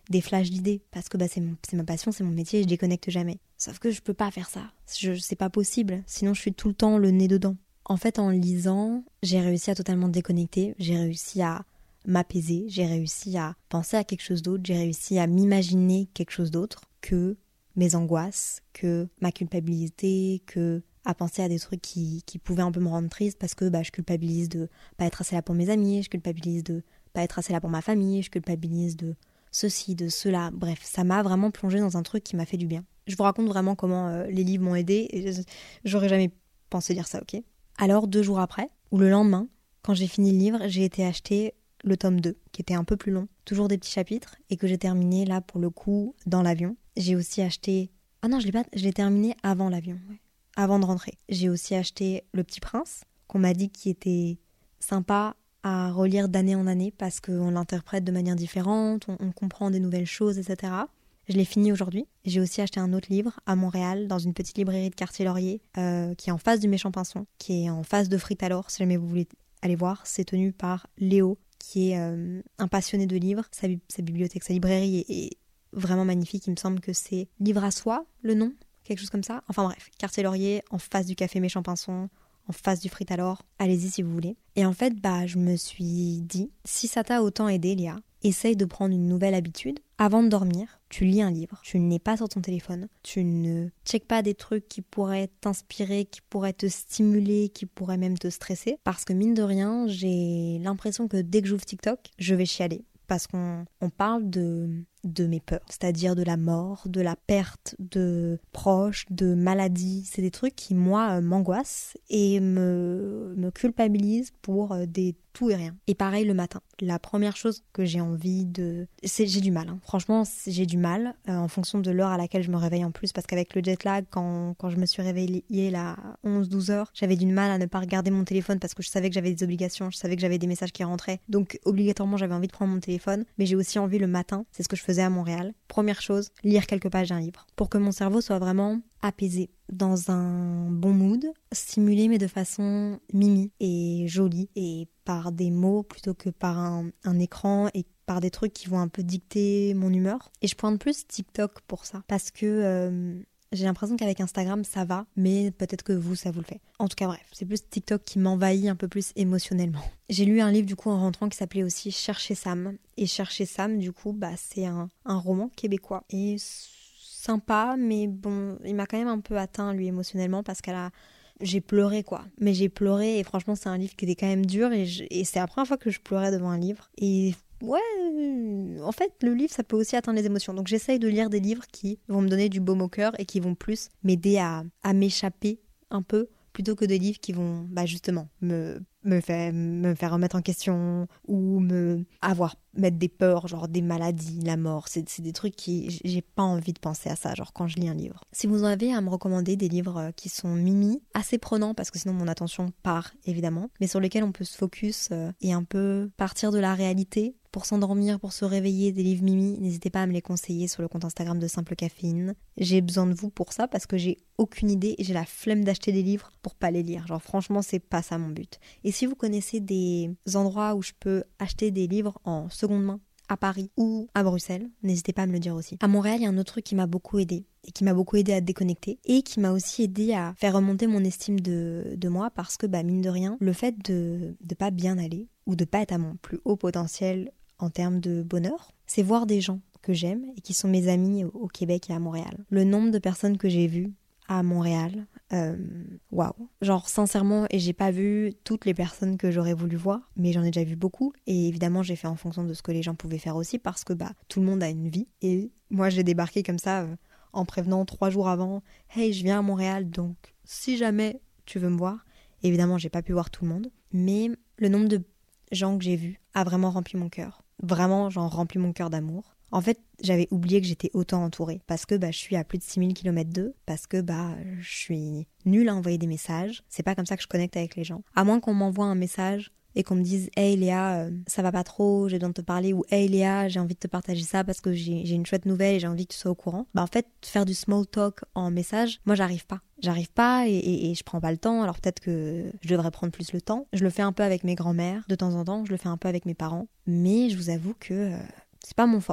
des flashs d'idées parce que bah, c'est, mon, c'est ma passion, c'est mon métier et je déconnecte jamais. Sauf que je peux pas faire ça, je, c'est pas possible, sinon je suis tout le temps le nez dedans. En fait, en lisant, j'ai réussi à totalement déconnecter, j'ai réussi à m'apaiser, j'ai réussi à penser à quelque chose d'autre, j'ai réussi à m'imaginer quelque chose d'autre que mes angoisses, que ma culpabilité, que à penser à des trucs qui, qui pouvaient un peu me rendre triste parce que bah, je culpabilise de pas être assez là pour mes amis, je culpabilise de pas être assez là pour ma famille, je culpabilise de ceci, de cela. Bref, ça m'a vraiment plongée dans un truc qui m'a fait du bien. Je vous raconte vraiment comment euh, les livres m'ont aidée et j'aurais jamais pensé dire ça, ok ? Alors, deux jours après, ou le lendemain, quand j'ai fini le livre, j'ai été acheter le tome deux, qui était un peu plus long, toujours des petits chapitres, et que j'ai terminé là, pour le coup, dans l'avion. J'ai aussi acheté... Ah non, je l'ai pas... je l'ai terminé avant l'avion, ouais. Avant de rentrer. J'ai aussi acheté Le Petit Prince, qu'on m'a dit qui était sympa à relire d'année en année, parce qu'on l'interprète de manière différente, on, on comprend des nouvelles choses, et cetera. Je l'ai fini aujourd'hui. J'ai aussi acheté un autre livre à Montréal, dans une petite librairie de quartier Laurier, euh, qui est en face du Méchant Pinson, qui est en face de Fritalor, si jamais vous voulez aller voir. C'est tenu par Léo, qui est euh, un passionné de livres. Sa, sa bibliothèque, sa librairie est, est vraiment magnifique. Il me semble que c'est Livre à soi, le nom, quelque chose comme ça. Enfin bref, quartier Laurier, en face du café Méchant Pinson, en face du Fritalor. Allez-y si vous voulez. Et en fait, bah, je me suis dit, si ça t'a autant aidé, Léa, essaye de prendre une nouvelle habitude. Avant de dormir, tu lis un livre, tu n'es pas sur ton téléphone, tu ne checkes pas des trucs qui pourraient t'inspirer, qui pourraient te stimuler, qui pourraient même te stresser. Parce que mine de rien, j'ai l'impression que dès que j'ouvre TikTok, je vais chialer. Parce qu'on on parle de, de mes peurs, c'est-à-dire de la mort, de la perte de proches, de maladies. C'est des trucs qui, moi, euh, m'angoissent et me, me culpabilisent pour euh, des tout et rien. Et pareil le matin. La première chose que j'ai envie de... C'est, j'ai du mal, hein. Franchement, j'ai du mal euh, en fonction de l'heure à laquelle je me réveille en plus, parce qu'avec le jet lag, quand, quand je me suis réveillée là, à onze douze heures, j'avais du mal à ne pas regarder mon téléphone parce que je savais que j'avais des obligations, je savais que j'avais des messages qui rentraient. Donc obligatoirement, j'avais envie de prendre mon téléphone, mais j'ai aussi envie le matin, c'est ce que je faisais à Montréal. Première chose, lire quelques pages d'un livre pour que mon cerveau soit vraiment apaisé, dans un bon mood, stimulé mais de façon mimi et jolie et par des mots plutôt que par un, un écran et par des trucs qui vont un peu dicter mon humeur. Et je pointe plus TikTok pour ça parce que euh, j'ai l'impression qu'avec Instagram ça va, mais peut-être que vous ça vous le fait. En tout cas bref, c'est plus TikTok qui m'envahit un peu plus émotionnellement. J'ai lu un livre du coup en rentrant qui s'appelait aussi Chercher Sam. Et Chercher Sam du coup bah c'est un, un roman québécois. Et sympa, mais bon, il m'a quand même un peu atteint lui émotionnellement parce qu'elle a... J'ai pleuré quoi, mais j'ai pleuré et franchement c'est un livre qui était quand même dur et, je... et c'est la première fois que je pleurais devant un livre et ouais, en fait le livre ça peut aussi atteindre les émotions, donc j'essaye de lire des livres qui vont me donner du baume au cœur et qui vont plus m'aider à, à m'échapper un peu plutôt que des livres qui vont bah justement me, me, faire, me faire remettre en question ou me avoir mettre des peurs, genre des maladies, la mort. C'est, c'est des trucs qui... J'ai pas envie de penser à ça, genre quand je lis un livre. Si vous en avez à me recommander des livres qui sont mimi, assez prenants, parce que sinon mon attention part, évidemment, mais sur lesquels on peut se focus euh, et un peu partir de la réalité pour s'endormir, pour se réveiller, des livres mimi, n'hésitez pas à me les conseiller sur le compte Instagram de Simple Caféine. J'ai besoin de vous pour ça, parce que j'ai aucune idée et j'ai la flemme d'acheter des livres pour pas les lire. Genre franchement, c'est pas ça mon but. Et si vous connaissez des endroits où je peux acheter des livres en seconde main, à Paris ou à Bruxelles, n'hésitez pas à me le dire aussi. À Montréal, il y a un autre truc qui m'a beaucoup aidé et qui m'a beaucoup aidé à déconnecter et qui m'a aussi aidé à faire remonter mon estime de, de moi parce que, bah, mine de rien, le fait de ne pas bien aller ou de pas être à mon plus haut potentiel en termes de bonheur, c'est voir des gens que j'aime et qui sont mes amis au Québec et à Montréal. Le nombre de personnes que j'ai vues à Montréal, waouh. Wow. Genre sincèrement, et j'ai pas vu toutes les personnes que j'aurais voulu voir, mais j'en ai déjà vu beaucoup. Et évidemment, j'ai fait en fonction de ce que les gens pouvaient faire aussi, parce que bah tout le monde a une vie. Et moi, j'ai débarqué comme ça, euh, en prévenant trois jours avant, hey, je viens à Montréal, donc si jamais tu veux me voir. Et évidemment, j'ai pas pu voir tout le monde, mais le nombre de gens que j'ai vus a vraiment rempli mon cœur. Vraiment, genre rempli mon cœur d'amour. En fait, j'avais oublié que j'étais autant entourée parce que bah, je suis à plus de six mille kilomètres d'eux, parce que bah, je suis nulle à envoyer des messages. C'est pas comme ça que je connecte avec les gens. À moins qu'on m'envoie un message et qu'on me dise « Hey Léa, euh, ça va pas trop, j'ai besoin de te parler » ou « Hey Léa, j'ai envie de te partager ça parce que j'ai, j'ai une chouette nouvelle et j'ai envie que tu sois au courant ». Bah en fait, faire du small talk en message, moi j'arrive pas. J'arrive pas et, et, et je prends pas le temps, alors peut-être que je devrais prendre plus le temps. Je le fais un peu avec mes grands-mères de temps en temps, je le fais un peu avec mes parents, mais je vous avoue que euh, c'est pas mon fort.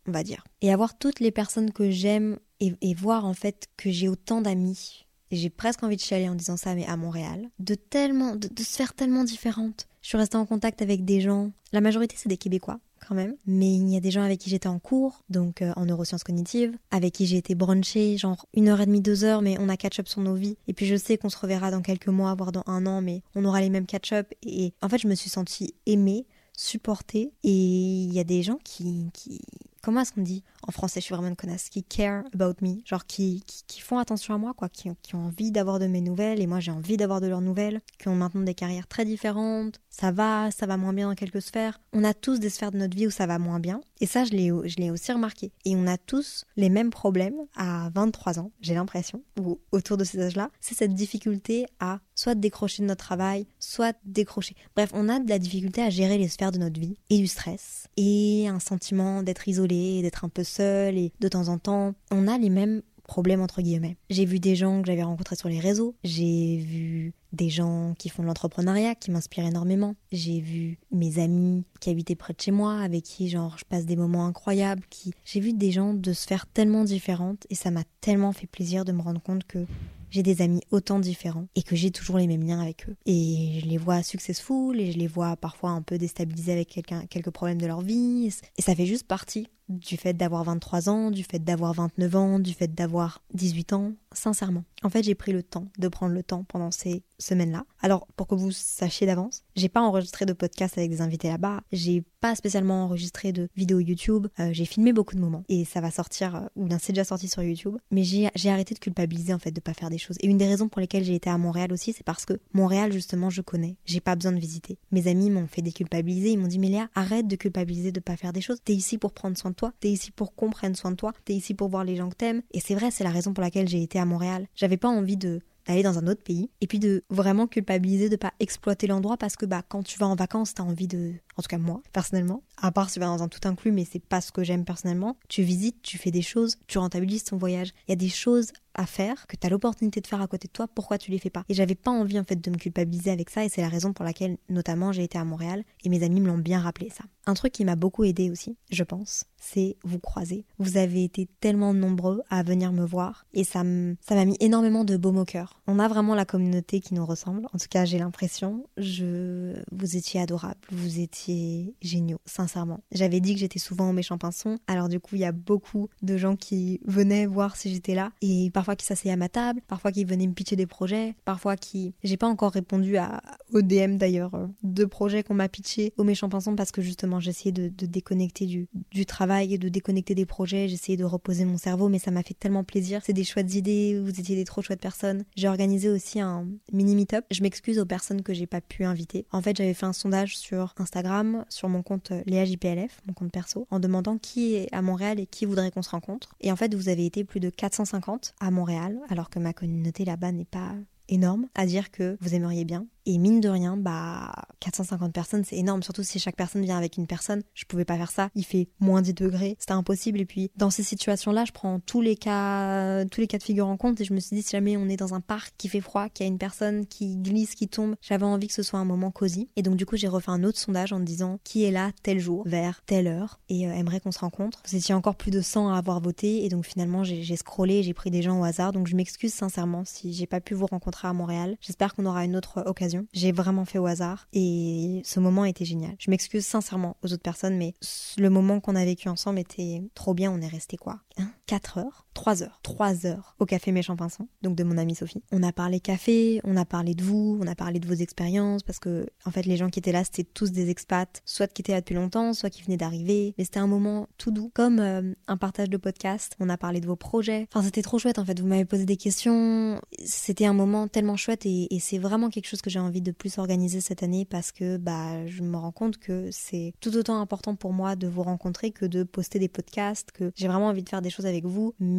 on va dire. Et avoir toutes les personnes que j'aime et, et voir en fait que j'ai autant d'amis. Et j'ai presque envie de chialer en disant ça, mais à Montréal, de tellement, de, de sphères tellement différentes. Je suis restée en contact avec des gens, la majorité c'est des Québécois quand même, mais il y a des gens avec qui j'étais en cours, donc euh, en neurosciences cognitives, avec qui j'ai été bruncher, genre une heure et demie, deux heures, mais on a catch-up sur nos vies. Et puis je sais qu'on se reverra dans quelques mois, voire dans un an, mais on aura les mêmes catch-up. Et en fait, je me suis sentie aimée, supportée, et il y a des gens qui... qui... Comment est-ce qu'on dit ? En français, je suis vraiment une connasse. Qui care about me. Genre qui, qui, qui font attention à moi, quoi. Qui, qui ont envie d'avoir de mes nouvelles. Et moi, j'ai envie d'avoir de leurs nouvelles. Qui ont maintenant des carrières très différentes. Ça va, ça va moins bien dans quelques sphères. On a tous des sphères de notre vie où ça va moins bien. Et ça, je l'ai, je l'ai aussi remarqué. Et on a tous les mêmes problèmes à vingt-trois ans, j'ai l'impression. Ou autour de ces âges-là. C'est cette difficulté à soit décrocher de notre travail, soit décrocher. Bref, on a de la difficulté à gérer les sphères de notre vie. Et du stress. Et un sentiment d'être isolé, d'être un peu seul, et de temps en temps, on a les mêmes problèmes entre guillemets. J'ai vu des gens que j'avais rencontrés sur les réseaux, j'ai vu des gens qui font de l'entrepreneuriat, qui m'inspirent énormément. J'ai vu mes amis qui habitaient près de chez moi, avec qui genre je passe des moments incroyables. Qui... J'ai vu des gens de sphères tellement différentes et ça m'a tellement fait plaisir de me rendre compte que j'ai des amis autant différents et que j'ai toujours les mêmes liens avec eux. Et je les vois successful et je les vois parfois un peu déstabilisés avec quelqu'un, quelques problèmes de leur vie. Et ça fait juste partie du fait d'avoir vingt-trois ans, du fait d'avoir vingt-neuf ans, du fait d'avoir dix-huit ans, sincèrement. En fait, j'ai pris le temps de prendre le temps pendant ces semaines-là. Alors, pour que vous sachiez d'avance, j'ai pas enregistré de podcast avec des invités là-bas, j'ai pas spécialement enregistré de vidéos YouTube, euh, j'ai filmé beaucoup de moments et ça va sortir, euh, ou bien c'est déjà sorti sur YouTube, mais j'ai, j'ai arrêté de culpabiliser en fait de pas faire des choses. Et une des raisons pour lesquelles j'ai été à Montréal aussi, c'est parce que Montréal, justement, je connais, j'ai pas besoin de visiter. Mes amis m'ont fait déculpabiliser, ils m'ont dit « Mais Léa, arrête de culpabiliser de pas faire des choses, t'es ici pour prendre soin de toi, t'es ici pour qu'on prenne soin de toi, t'es ici pour voir les gens que t'aimes. » Et c'est vrai, c'est la raison pour laquelle j'ai été à Montréal. J'avais pas envie de d'aller dans un autre pays et puis de vraiment culpabiliser de pas exploiter l'endroit parce que bah quand tu vas en vacances, t'as envie de, en tout cas moi personnellement, à part si tu vas dans un tout inclus, mais c'est pas ce que j'aime personnellement, tu visites, tu fais des choses, tu rentabilises ton voyage. Il y a des choses à faire que tu as l'opportunité de faire à côté de toi, pourquoi tu les fais pas? Et j'avais pas envie en fait de me culpabiliser avec ça et c'est la raison pour laquelle notamment j'ai été à Montréal et mes amis me l'ont bien rappelé ça. Un truc qui m'a beaucoup aidé aussi, je pense, c'est vous croiser. Vous avez été tellement nombreux à venir me voir et ça m- ça m'a mis énormément de baume au cœur. On a vraiment la communauté qui nous ressemble, en tout cas j'ai l'impression. Je... Vous étiez adorables, vous étiez géniaux, sincèrement. J'avais dit que j'étais souvent au Méchant Pinson, alors du coup il y a beaucoup de gens qui venaient voir si j'étais là et parfois qui s'asseyaient à ma table, parfois qui venaient me pitcher des projets, parfois qui... J'ai pas encore répondu à... au D M d'ailleurs, euh, de projets qu'on m'a pitché au Méchant Pinson parce que justement j'essayais de, de déconnecter du, du travail et de déconnecter des projets, j'essayais de reposer mon cerveau mais ça m'a fait tellement plaisir. C'est des chouettes idées, vous étiez des trop chouettes personnes. J'ai organisé aussi un mini meet-up. Je m'excuse aux personnes que j'ai pas pu inviter. En fait j'avais fait un sondage sur Instagram, sur mon compte Léa J P L F, mon compte perso, en demandant qui est à Montréal et qui voudrait qu'on se rencontre. Et en fait vous avez été plus de quatre cent cinquante à Montréal, alors que ma communauté là-bas n'est pas énorme, à dire que vous aimeriez bien. Et mine de rien, bah, quatre cent cinquante personnes, c'est énorme, surtout si chaque personne vient avec une personne. Je pouvais pas faire ça. Il fait moins dix degrés. C'était impossible. Et puis, dans ces situations-là, je prends tous les cas, tous les cas de figure en compte et je me suis dit, si jamais on est dans un parc qui fait froid, qu'il y a une personne qui glisse, qui tombe, j'avais envie que ce soit un moment cosy. Et donc, du coup, j'ai refait un autre sondage en disant qui est là tel jour, vers telle heure et euh, aimerait qu'on se rencontre. Vous étiez encore plus de cent à avoir voté et donc finalement, j'ai, j'ai scrollé, j'ai pris des gens au hasard. Donc, je m'excuse sincèrement si j'ai pas pu vous rencontrer à Montréal. J'espère qu'on aura une autre occasion. J'ai vraiment fait au hasard et ce moment était génial. Je m'excuse sincèrement aux autres personnes, mais le moment qu'on a vécu ensemble était trop bien. On est resté quoi hein quatre heures trois heures trois heures au café Méchant Pinson, donc de mon amie Sophie. On a parlé café, on a parlé de vous, on a parlé de vos expériences parce que en fait les gens qui étaient là c'était tous des expats, soit qui étaient là depuis longtemps, soit qui venaient d'arriver, mais c'était un moment tout doux, comme euh, un partage de podcast. On a parlé de vos projets, enfin c'était trop chouette en fait, vous m'avez posé des questions, c'était un moment tellement chouette et, et c'est vraiment quelque chose que j'ai envie de plus organiser cette année parce que bah je me rends compte que c'est tout autant important pour moi de vous rencontrer que de poster des podcasts, que j'ai vraiment envie de faire des choses avec vous, mais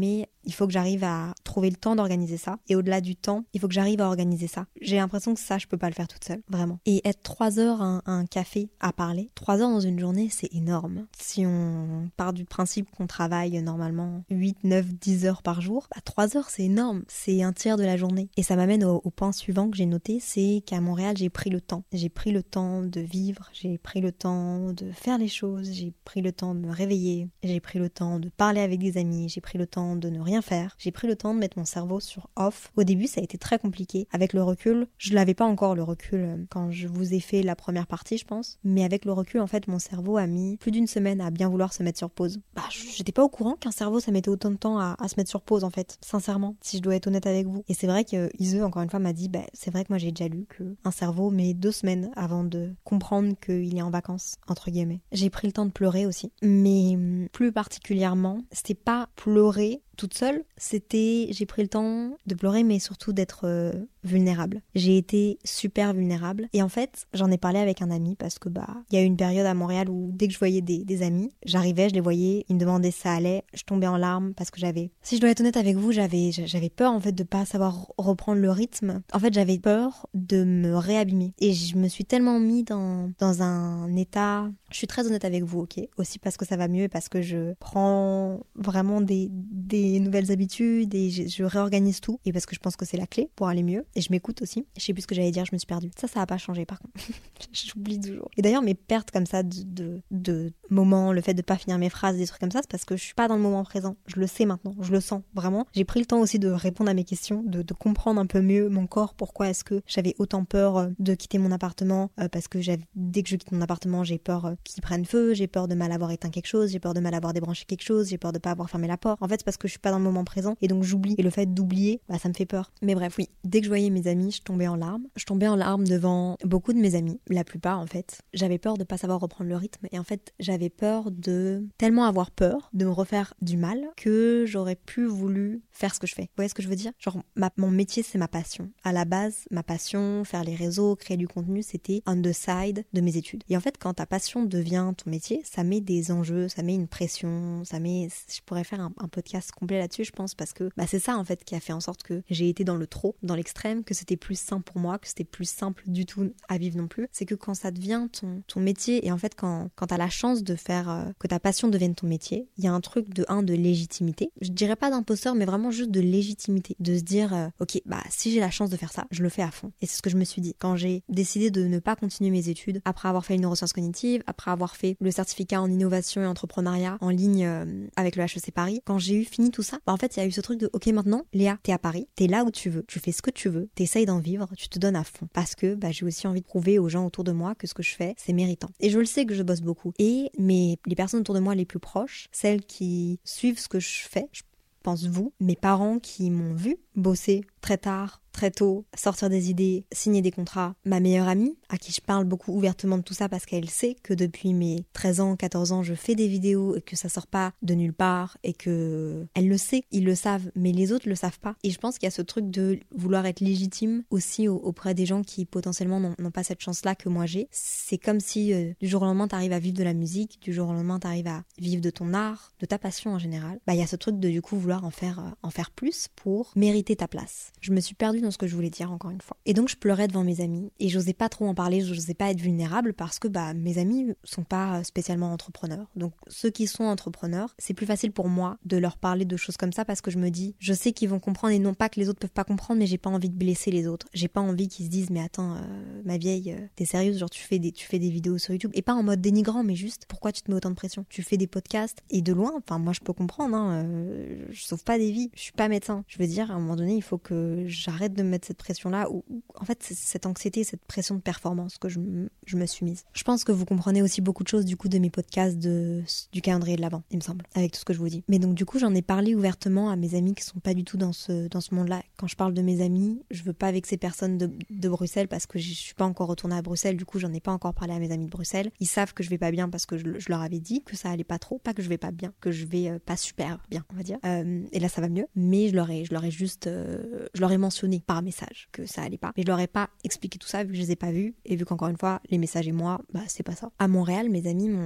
il faut que j'arrive à trouver le temps d'organiser ça. Et au-delà du temps, il faut que j'arrive à organiser ça. J'ai l'impression que ça, je peux pas le faire toute seule, vraiment. Et être trois heures à un, à un café à parler, trois heures dans une journée, c'est énorme. Si on part du principe qu'on travaille normalement huit, neuf, dix heures par jour, bah trois heures, c'est énorme. C'est un tiers de la journée. Et ça m'amène au, au point suivant que j'ai noté, c'est qu'à Montréal, j'ai pris le temps. J'ai pris le temps de vivre, j'ai pris le temps de faire les choses, j'ai pris le temps de me réveiller, j'ai pris le temps de parler avec des amis, j'ai pris le temps de ne rien faire, j'ai pris le temps de mettre mon cerveau sur off. Au début, ça a été très compliqué. Avec le recul, je l'avais pas encore le recul quand je vous ai fait la première partie, je pense. Mais avec le recul, en fait, mon cerveau a mis plus d'une semaine à bien vouloir se mettre sur pause. Bah, j'étais pas au courant qu'un cerveau, ça mettait autant de temps à, à se mettre sur pause, en fait. Sincèrement, si je dois être honnête avec vous. Et c'est vrai que Ise, encore une fois, m'a dit, bah, c'est vrai que moi, j'ai déjà lu qu'un cerveau met deux semaines avant de comprendre qu'il est en vacances, entre guillemets. J'ai pris le temps de pleurer aussi. Mais plus particulièrement, c'était pas pleurer toute seule, c'était, j'ai pris le temps de pleurer, mais surtout d'être euh, vulnérable. J'ai été super vulnérable. Et en fait, j'en ai parlé avec un ami parce que bah, il y a eu une période à Montréal où dès que je voyais des, des amis, j'arrivais, je les voyais, ils me demandaient si ça allait, je tombais en larmes parce que j'avais, si je dois être honnête avec vous, j'avais, j'avais peur en fait de pas savoir reprendre le rythme. En fait, j'avais peur de me réabîmer. Et je me suis tellement mis dans, dans un état, je suis très honnête avec vous, ok? Aussi parce que ça va mieux et parce que je prends vraiment des, des nouvelles habitudes et je, je réorganise tout et parce que je pense que c'est la clé pour aller mieux et je m'écoute aussi. Je sais plus ce que j'allais dire, je me suis perdue. Ça, ça a pas changé par contre. J'oublie toujours. Et d'ailleurs, mes pertes comme ça de, de, de moments, le fait de pas finir mes phrases, des trucs comme ça, c'est parce que je suis pas dans le moment présent. Je le sais maintenant, je le sens vraiment. J'ai pris le temps aussi de répondre à mes questions, de, de comprendre un peu mieux mon corps, pourquoi est-ce que j'avais autant peur de quitter mon appartement, euh, parce que j'avais, dès que je quitte mon appartement, j'ai peur euh, qu'il prenne feu, j'ai peur de mal avoir éteint quelque chose, j'ai peur de mal avoir débranché quelque chose, j'ai peur de pas avoir fermé la porte. En fait, c'est parce que je suis pas dans le moment présent et donc j'oublie. Et le fait d'oublier, bah ça me fait peur. Mais bref, oui, dès que je voyais mes amis, je tombais en larmes. Je tombais en larmes devant beaucoup de mes amis, la plupart en fait. J'avais peur de pas savoir reprendre le rythme et en fait, j'avais peur de tellement avoir peur de me refaire du mal que j'aurais plus voulu faire ce que je fais. Vous voyez ce que je veux dire? Genre, ma, mon métier, c'est ma passion. À la base, ma passion, faire les réseaux, créer du contenu, c'était on the side de mes études. Et en fait, quand ta passion devient ton métier, ça met des enjeux, ça met une pression, ça met... Je pourrais faire un, un podcast complet là-dessus, je pense, parce que bah, c'est ça, en fait, qui a fait en sorte que j'ai été dans le trop, dans l'extrême, que c'était plus simple pour moi, que c'était plus simple du tout à vivre non plus. C'est que quand ça devient ton, ton métier, et en fait, quand, quand t'as la chance de faire... Euh, que ta passion devienne ton métier, il y a un truc de, un, de légitimité. Je dirais pas d'imposteur, mais vraiment juste de légitimité. De se dire, euh, ok, bah, si j'ai la chance de faire ça, je le fais à fond. Et c'est ce que je me suis dit. Quand j'ai décidé de ne pas continuer mes études, après avoir fait une neurosciences cognitives, après avoir fait le certificat en innovation et entrepreneuriat en ligne euh, avec le H E C Paris, quand j'ai eu fini tout ça, bah, en fait, il y a eu ce truc de, ok, maintenant, Léa, t'es à Paris, t'es là où tu veux, tu fais ce que tu veux, t'essayes d'en vivre, tu te donnes à fond. Parce que bah, j'ai aussi envie de prouver aux gens autour de moi que ce que je fais, c'est méritant. Et je le sais que je bosse beaucoup. Et mais les personnes autour de moi les plus proches, celles qui suivent ce que je fais, je pense vous, mes parents qui m'ont vu bosser très tard, très tôt, sortir des idées, signer des contrats. Ma meilleure amie, à qui je parle beaucoup ouvertement de tout ça parce qu'elle sait que depuis mes treize ans, quatorze ans, je fais des vidéos et que ça sort pas de nulle part et que elle le sait, ils le savent, mais les autres le savent pas. Et je pense qu'il y a ce truc de vouloir être légitime aussi auprès des gens qui potentiellement n'ont, n'ont pas cette chance-là que moi j'ai. C'est comme si euh, du jour au lendemain t'arrives à vivre de la musique, du jour au lendemain t'arrives à vivre de ton art, de ta passion en général. Bah il y a ce truc de du coup vouloir en faire, euh, en faire plus pour mériter ta place. Je me suis perdue dans ce que je voulais dire encore une fois. Et donc je pleurais devant mes amis et j'osais pas trop en parler, j'osais pas être vulnérable parce que bah mes amis sont pas spécialement entrepreneurs. Donc ceux qui sont entrepreneurs, c'est plus facile pour moi de leur parler de choses comme ça parce que je me dis, je sais qu'ils vont comprendre et non pas que les autres peuvent pas comprendre, mais j'ai pas envie de blesser les autres. J'ai pas envie qu'ils se disent mais attends euh, ma vieille, euh, t'es sérieuse, genre tu fais des tu fais des vidéos sur YouTube et pas en mode dénigrant mais juste pourquoi tu te mets autant de pression? Tu fais des podcasts et de loin, enfin moi je peux comprendre, hein, euh, je sauve pas des vies, je suis pas médecin. Je veux dire à un moment donné il faut que j'arrête de me mettre cette pression là ou en fait c'est cette anxiété, cette pression de performance que je, je me suis mise. Je pense que vous comprenez aussi beaucoup de choses du coup de mes podcasts de, du calendrier de l'Avent, il me semble, avec tout ce que je vous dis. Mais donc du coup j'en ai parlé ouvertement à mes amis qui sont pas du tout dans ce, dans ce monde-là. Quand je parle de mes amis, je veux pas vexer personne de, de Bruxelles parce que je suis pas encore retournée à Bruxelles, du coup j'en ai pas encore parlé à mes amis de Bruxelles. Ils savent que je vais pas bien parce que je, je leur avais dit que ça allait pas trop, pas que je vais pas bien, que je vais euh, pas super bien, on va dire. Euh, et là ça va mieux, mais je leur ai, je leur ai juste, euh, je leur ai mentionné par message que ça allait pas. Mais je leur ai pas expliqué tout ça vu que je les ai pas vus et vu qu'encore une fois les messages et moi, bah c'est pas ça. À Montréal, mes amis m'ont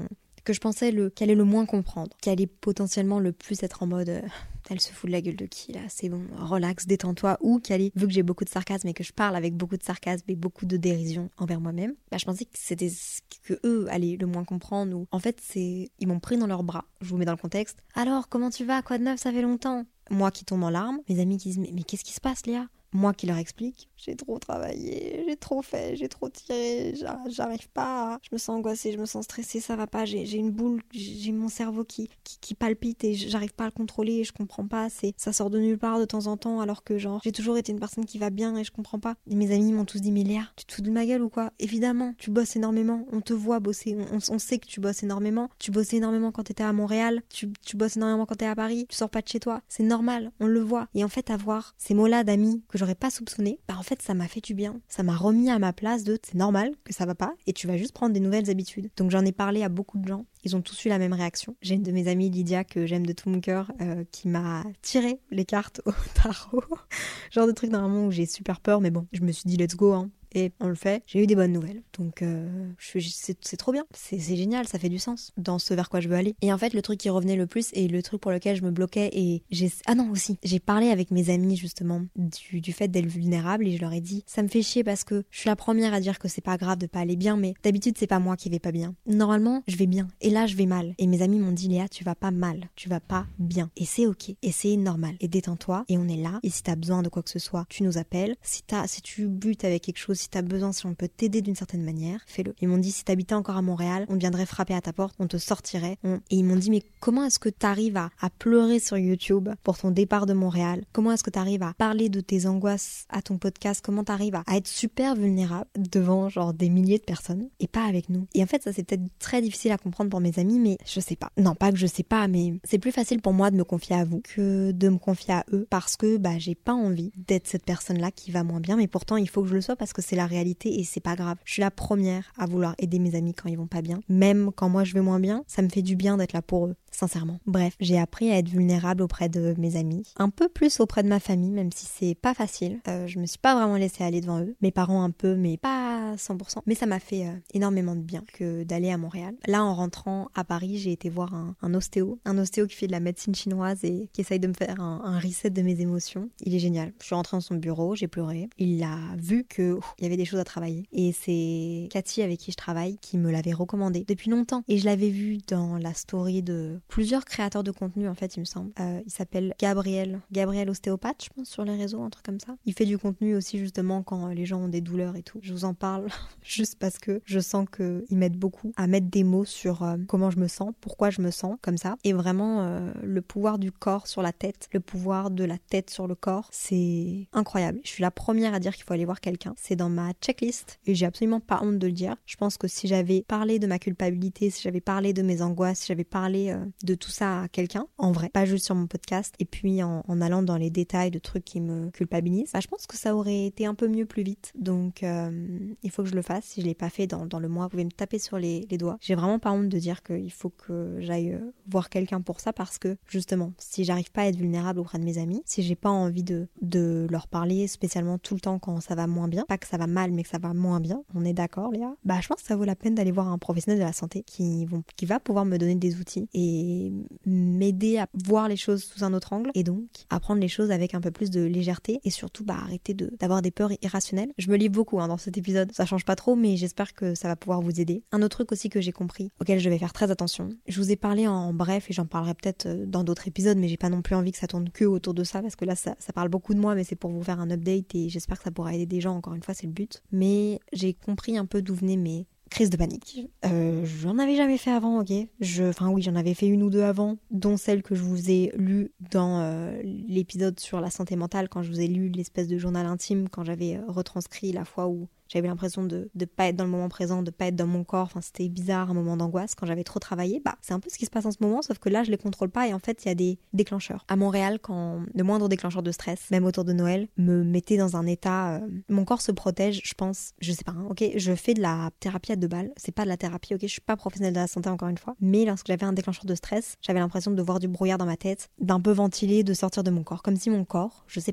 que je pensais le, qu'elle allait le moins comprendre, qu'elle allait potentiellement le plus être en mode euh, elle se fout de la gueule de qui là, c'est bon, relax, détends-toi, ou qu'elle allait, vu que j'ai beaucoup de sarcasme et que je parle avec beaucoup de sarcasme et beaucoup de dérision envers moi-même, bah je pensais que c'était ce que eux allaient le moins comprendre, ou en fait c'est, ils m'ont pris dans leurs bras, je vous mets dans le contexte. Alors comment tu vas, quoi de neuf, ça fait longtemps. Moi qui tombe en larmes, mes amis qui disent mais, mais qu'est-ce qui se passe Léa? Moi qui leur explique, j'ai trop travaillé, j'ai trop fait, j'ai trop tiré, j'arrive pas, je me sens angoissée, je me sens stressée, ça va pas, j'ai, j'ai une boule, j'ai mon cerveau qui, qui, qui palpite et j'arrive pas à le contrôler et je comprends pas, c'est, ça sort de nulle part de temps en temps alors que genre j'ai toujours été une personne qui va bien et je comprends pas. Et mes amis m'ont tous dit mais Léa, tu te fous de ma gueule ou quoi? Évidemment, tu bosses énormément, on te voit bosser, on, on sait que tu bosses énormément, tu bossais énormément quand t'étais à Montréal, tu, tu bosses énormément quand t'es à Paris, tu sors pas de chez toi, c'est normal, on le voit. Et en fait avoir ces mots-là d'amis que j'aurais pas soupçonné, bah en fait ça m'a fait du bien, ça m'a remis à ma place de c'est normal que ça va pas et tu vas juste prendre des nouvelles habitudes. Donc j'en ai parlé à beaucoup de gens, ils ont tous eu la même réaction. J'ai une de mes amies, Lydia, que j'aime de tout mon cœur, euh, qui m'a tiré les cartes au tarot, genre de truc normalement où j'ai super peur, mais bon, je me suis dit let's go hein. Et on le fait, j'ai eu des bonnes nouvelles. Donc euh, je, c'est, c'est trop bien, c'est, c'est génial, ça fait du sens dans ce vers quoi je veux aller. Et en fait, le truc qui revenait le plus et le truc pour lequel je me bloquais et j'ai... Ah non, aussi, j'ai parlé avec mes amis justement du, du fait d'être vulnérable et je leur ai dit, ça me fait chier parce que je suis la première à dire que c'est pas grave de pas aller bien, mais d'habitude c'est pas moi qui vais pas bien. Normalement, je vais bien et là je vais mal. Et mes amis m'ont dit, Léa, tu vas pas mal, tu vas pas bien. Et c'est ok, et c'est normal. Et détends-toi et on est là. Et si t'as besoin de quoi que ce soit, tu nous appelles. Si, t'as, si tu butes avec quelque chose, si t'as besoin, si on peut t'aider d'une certaine manière, fais-le. Ils m'ont dit, si t'habitais encore à Montréal, on viendrait frapper à ta porte, on te sortirait. On... Et ils m'ont dit, mais comment est-ce que t'arrives à, à pleurer sur YouTube pour ton départ de Montréal? Comment est-ce que t'arrives à parler de tes angoisses à ton podcast? Comment t'arrives à, à être super vulnérable devant genre des milliers de personnes et pas avec nous? Et en fait, ça c'est peut-être très difficile à comprendre pour mes amis, mais je sais pas. Non, pas que je sais pas, mais c'est plus facile pour moi de me confier à vous que de me confier à eux parce que bah j'ai pas envie d'être cette personne-là qui va moins bien, mais pourtant il faut que je le sois parce que c'est la réalité et c'est pas grave. Je suis la première à vouloir aider mes amis quand ils vont pas bien. Même quand moi je vais moins bien, ça me fait du bien d'être là pour eux, sincèrement. Bref, j'ai appris à être vulnérable auprès de mes amis, un peu plus auprès de ma famille, même si c'est pas facile. Euh, je me suis pas vraiment laissée aller devant eux. Mes parents un peu, mais pas cent pour cent. Mais ça m'a fait euh, énormément de bien que d'aller à Montréal. Là, en rentrant à Paris, j'ai été voir un, un ostéo. Un ostéo qui fait de la médecine chinoise et qui essaye de me faire un, un reset de mes émotions. Il est génial. Je suis rentrée dans son bureau, j'ai pleuré. Il a vu que ouf, il y avait des choses à travailler. Et c'est Cathy avec qui je travaille qui me l'avait recommandé depuis longtemps. Et je l'avais vu dans la story de plusieurs créateurs de contenu, en fait, il me semble. Euh, il s'appelle Gabriel. Gabriel Ostéopathe, je pense, sur les réseaux, un truc comme ça. Il fait du contenu aussi, justement, quand les gens ont des douleurs et tout. Je vous en parle juste parce que je sens qu'il m'aide beaucoup à mettre des mots sur euh, comment je me sens, pourquoi je me sens comme ça. Et vraiment, euh, le pouvoir du corps sur la tête, le pouvoir de la tête sur le corps, c'est incroyable. Je suis la première à dire qu'il faut aller voir quelqu'un. C'est dans ma checklist et j'ai absolument pas honte de le dire. Je pense que si j'avais parlé de ma culpabilité, si j'avais parlé de mes angoisses, si j'avais parlé euh, de tout ça à quelqu'un, en vrai, pas juste sur mon podcast, et puis en, en allant dans les détails de trucs qui me culpabilisent, bah, je pense que ça aurait été un peu mieux plus vite. Donc euh, il faut que je le fasse. Si je l'ai pas fait dans, dans le mois, vous pouvez me taper sur les, les doigts. J'ai vraiment pas honte de dire qu'il faut que j'aille euh, voir quelqu'un pour ça parce que justement, si j'arrive pas à être vulnérable auprès de mes amis, si j'ai pas envie de, de leur parler spécialement tout le temps quand ça va moins bien, pas que ça va mal mais que ça va moins bien, on est d'accord Léa, bah je pense que ça vaut la peine d'aller voir un professionnel de la santé qui, vont, qui va pouvoir me donner des outils et m'aider à voir les choses sous un autre angle et donc à prendre les choses avec un peu plus de légèreté et surtout bah arrêter de, d'avoir des peurs irrationnelles. Je me livre beaucoup hein, dans cet épisode, ça change pas trop mais j'espère que ça va pouvoir vous aider. Un autre truc aussi que j'ai compris, auquel je vais faire très attention, je vous ai parlé en bref et j'en parlerai peut-être dans d'autres épisodes mais j'ai pas non plus envie que ça tourne que autour de ça parce que là ça, ça parle beaucoup de moi mais c'est pour vous faire un update et j'espère que ça pourra aider des gens, encore une fois c'est le but. Mais j'ai compris un peu d'où venaient mes crises de panique. Euh, j'en avais jamais fait avant, ok. Je, enfin oui, j'en avais fait une ou deux avant, dont celle que je vous ai lue dans euh, l'épisode sur la santé mentale, quand je vous ai lu l'espèce de journal intime, quand j'avais euh, retranscrit la fois où j'avais l'impression de ne pas être dans le moment présent, de pas être dans mon corps. Enfin, c'était bizarre, un moment d'angoisse quand j'avais trop travaillé. Bah, c'est un peu ce qui se passe en ce moment, sauf que là, je les contrôle pas et en fait, il y a des déclencheurs. À Montréal, quand le moindre déclencheur de stress, même autour de Noël, me mettait dans un état... Euh, mon corps se protège, je pense, je sais pas, hein, ok, je fais de la thérapie à deux balles. C'est pas de la thérapie, ok, je suis pas professionnelle de la santé encore une fois. Mais lorsque j'avais un déclencheur de stress, j'avais l'impression de voir du brouillard dans ma tête, d'un peu ventiler, de sortir de mon corps. Comme si mon corps, je sais pas, hein,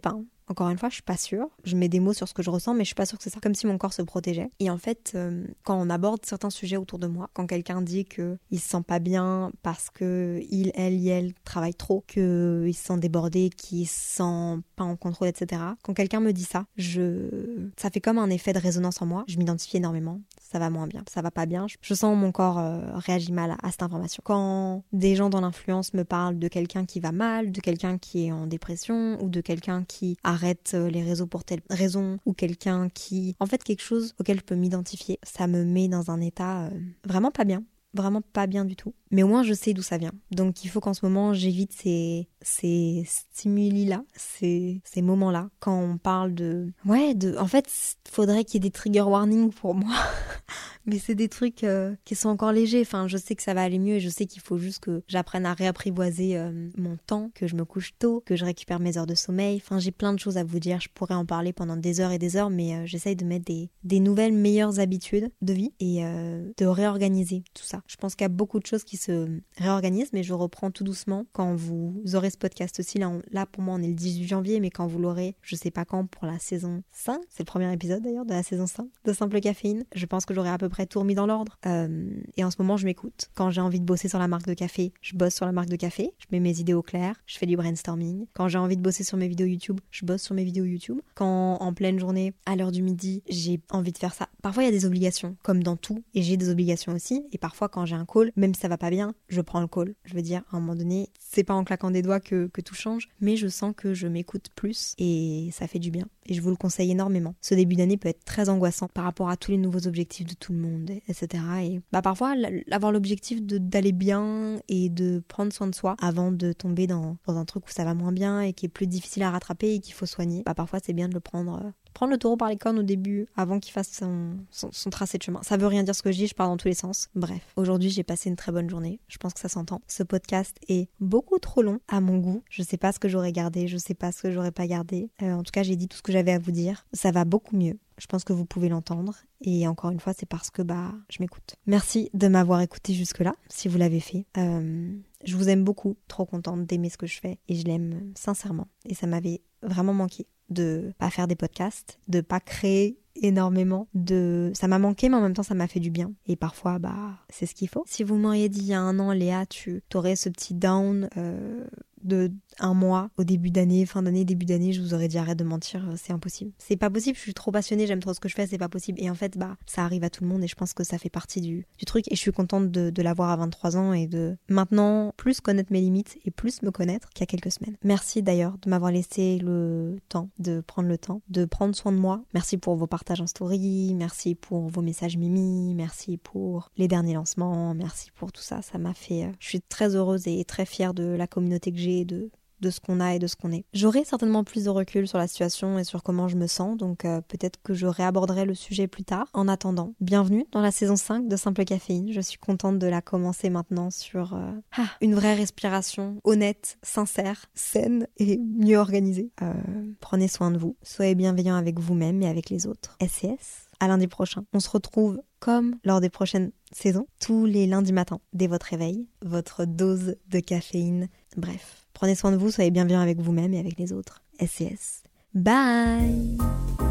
Encore une fois, je suis pas sûre. Je mets des mots sur ce que je ressens, mais je suis pas sûre que c'est ça. Comme si mon corps se protégeait. Et en fait, euh, quand on aborde certains sujets autour de moi, quand quelqu'un dit qu'il se sent pas bien parce que il, elle, y elle travaille trop, qu'il se sent débordé, qu'il se sent pas en contrôle, et cetera. Quand quelqu'un me dit ça, je... ça fait comme un effet de résonance en moi. Je m'identifie énormément. Ça va moins bien, ça va pas bien. Je sens mon corps euh, réagit mal à, à cette information. Quand des gens dans l'influence me parlent de quelqu'un qui va mal, de quelqu'un qui est en dépression, ou de quelqu'un qui arrête les réseaux pour telle raison, ou quelqu'un qui... En fait, quelque chose auquel je peux m'identifier, ça me met dans un état euh, vraiment pas bien. Vraiment pas bien du tout. Mais au moins, je sais d'où ça vient. Donc, il faut qu'en ce moment, j'évite ces, ces stimuli-là, ces, ces moments-là. Quand on parle de... Ouais, de... En fait, il faudrait qu'il y ait des trigger warnings pour moi. Mais c'est des trucs euh, qui sont encore légers. Enfin, je sais que ça va aller mieux et je sais qu'il faut juste que j'apprenne à réapprivoiser euh, mon temps, que je me couche tôt, que je récupère mes heures de sommeil. Enfin, j'ai plein de choses à vous dire. Je pourrais en parler pendant des heures et des heures, mais euh, j'essaye de mettre des, des nouvelles, meilleures habitudes de vie et euh, de réorganiser tout ça. Je pense qu'il y a beaucoup de choses qui se réorganisent, mais je reprends tout doucement. Quand vous aurez ce podcast aussi, là, on, là pour moi on est le dix-huit janvier, mais quand vous l'aurez, je sais pas quand, pour la saison cinq, c'est le premier épisode d'ailleurs de la saison cinq de Simple Caféine, je pense que j'aurai à peu près tout remis dans l'ordre. Euh, et en ce moment je m'écoute. Quand j'ai envie de bosser sur la marque de café, je bosse sur la marque de café, je mets mes idées au clair, je fais du brainstorming. Quand j'ai envie de bosser sur mes vidéos YouTube, je bosse sur mes vidéos YouTube. Quand en pleine journée, à l'heure du midi, j'ai envie de faire ça. Parfois il y a des obligations, comme dans tout, et j'ai des obligations aussi, et parfois quand j'ai un call, même si ça va pas bien, je prends le call. Je veux dire, à un moment donné, c'est pas en claquant des doigts que, que tout change, mais je sens que je m'écoute plus et ça fait du bien. Et je vous le conseille énormément. Ce début d'année peut être très angoissant par rapport à tous les nouveaux objectifs de tout le monde, et cetera. Et bah parfois, avoir l'objectif de, d'aller bien et de prendre soin de soi avant de tomber dans, dans un truc où ça va moins bien et qui est plus difficile à rattraper et qu'il faut soigner, bah parfois c'est bien de le prendre... Euh, Prendre le taureau par les cornes au début, avant qu'il fasse son, son, son tracé de chemin. Ça veut rien dire ce que je dis, je pars dans tous les sens. Bref, aujourd'hui j'ai passé une très bonne journée. Je pense que ça s'entend. Ce podcast est beaucoup trop long à mon goût. Je sais pas ce que j'aurais gardé, je sais pas ce que j'aurais pas gardé. Euh, en tout cas, j'ai dit tout ce que j'avais à vous dire. Ça va beaucoup mieux. Je pense que vous pouvez l'entendre. Et encore une fois, c'est parce que bah je m'écoute. Merci de m'avoir écouté jusque-là, si vous l'avez fait. Euh, je vous aime beaucoup, trop contente d'aimer ce que je fais. Et je l'aime sincèrement. Et ça m'avait vraiment manqué de pas faire des podcasts, de pas créer énormément, de ça m'a manqué mais en même temps ça m'a fait du bien et parfois bah c'est ce qu'il faut. Si vous m'auriez dit il y a un an Léa, tu aurais ce petit down euh, de un mois au début d'année, fin d'année, début d'année, je vous aurais dit arrête de mentir, c'est impossible. C'est pas possible, je suis trop passionnée, j'aime trop ce que je fais, c'est pas possible. Et en fait, bah, ça arrive à tout le monde et je pense que ça fait partie du, du truc. Et je suis contente de, de l'avoir à vingt-trois ans et de maintenant plus connaître mes limites et plus me connaître qu'il y a quelques semaines. Merci d'ailleurs de m'avoir laissé le temps, de prendre le temps, de prendre soin de moi. Merci pour vos partages en story, merci pour vos messages Mimi, merci pour les derniers lancements, merci pour tout ça, ça m'a fait... Je suis très heureuse et très fière de la communauté que j'ai, de... de ce qu'on a et de ce qu'on est. J'aurai certainement plus de recul sur la situation et sur comment je me sens, donc euh, peut-être que je réaborderai le sujet plus tard. En attendant, bienvenue dans la saison cinq de Simple Caféine. Je suis contente de la commencer maintenant sur euh, ah, une vraie respiration honnête, sincère, saine et mieux organisée. Euh, prenez soin de vous, soyez bienveillants avec vous-même et avec les autres. S et S, à lundi prochain. On se retrouve comme lors des prochaines saisons, tous les lundis matins, dès votre réveil, votre dose de caféine. Bref, prenez soin de vous, soyez bienveillants avec vous-même et avec les autres. S et S. Bye!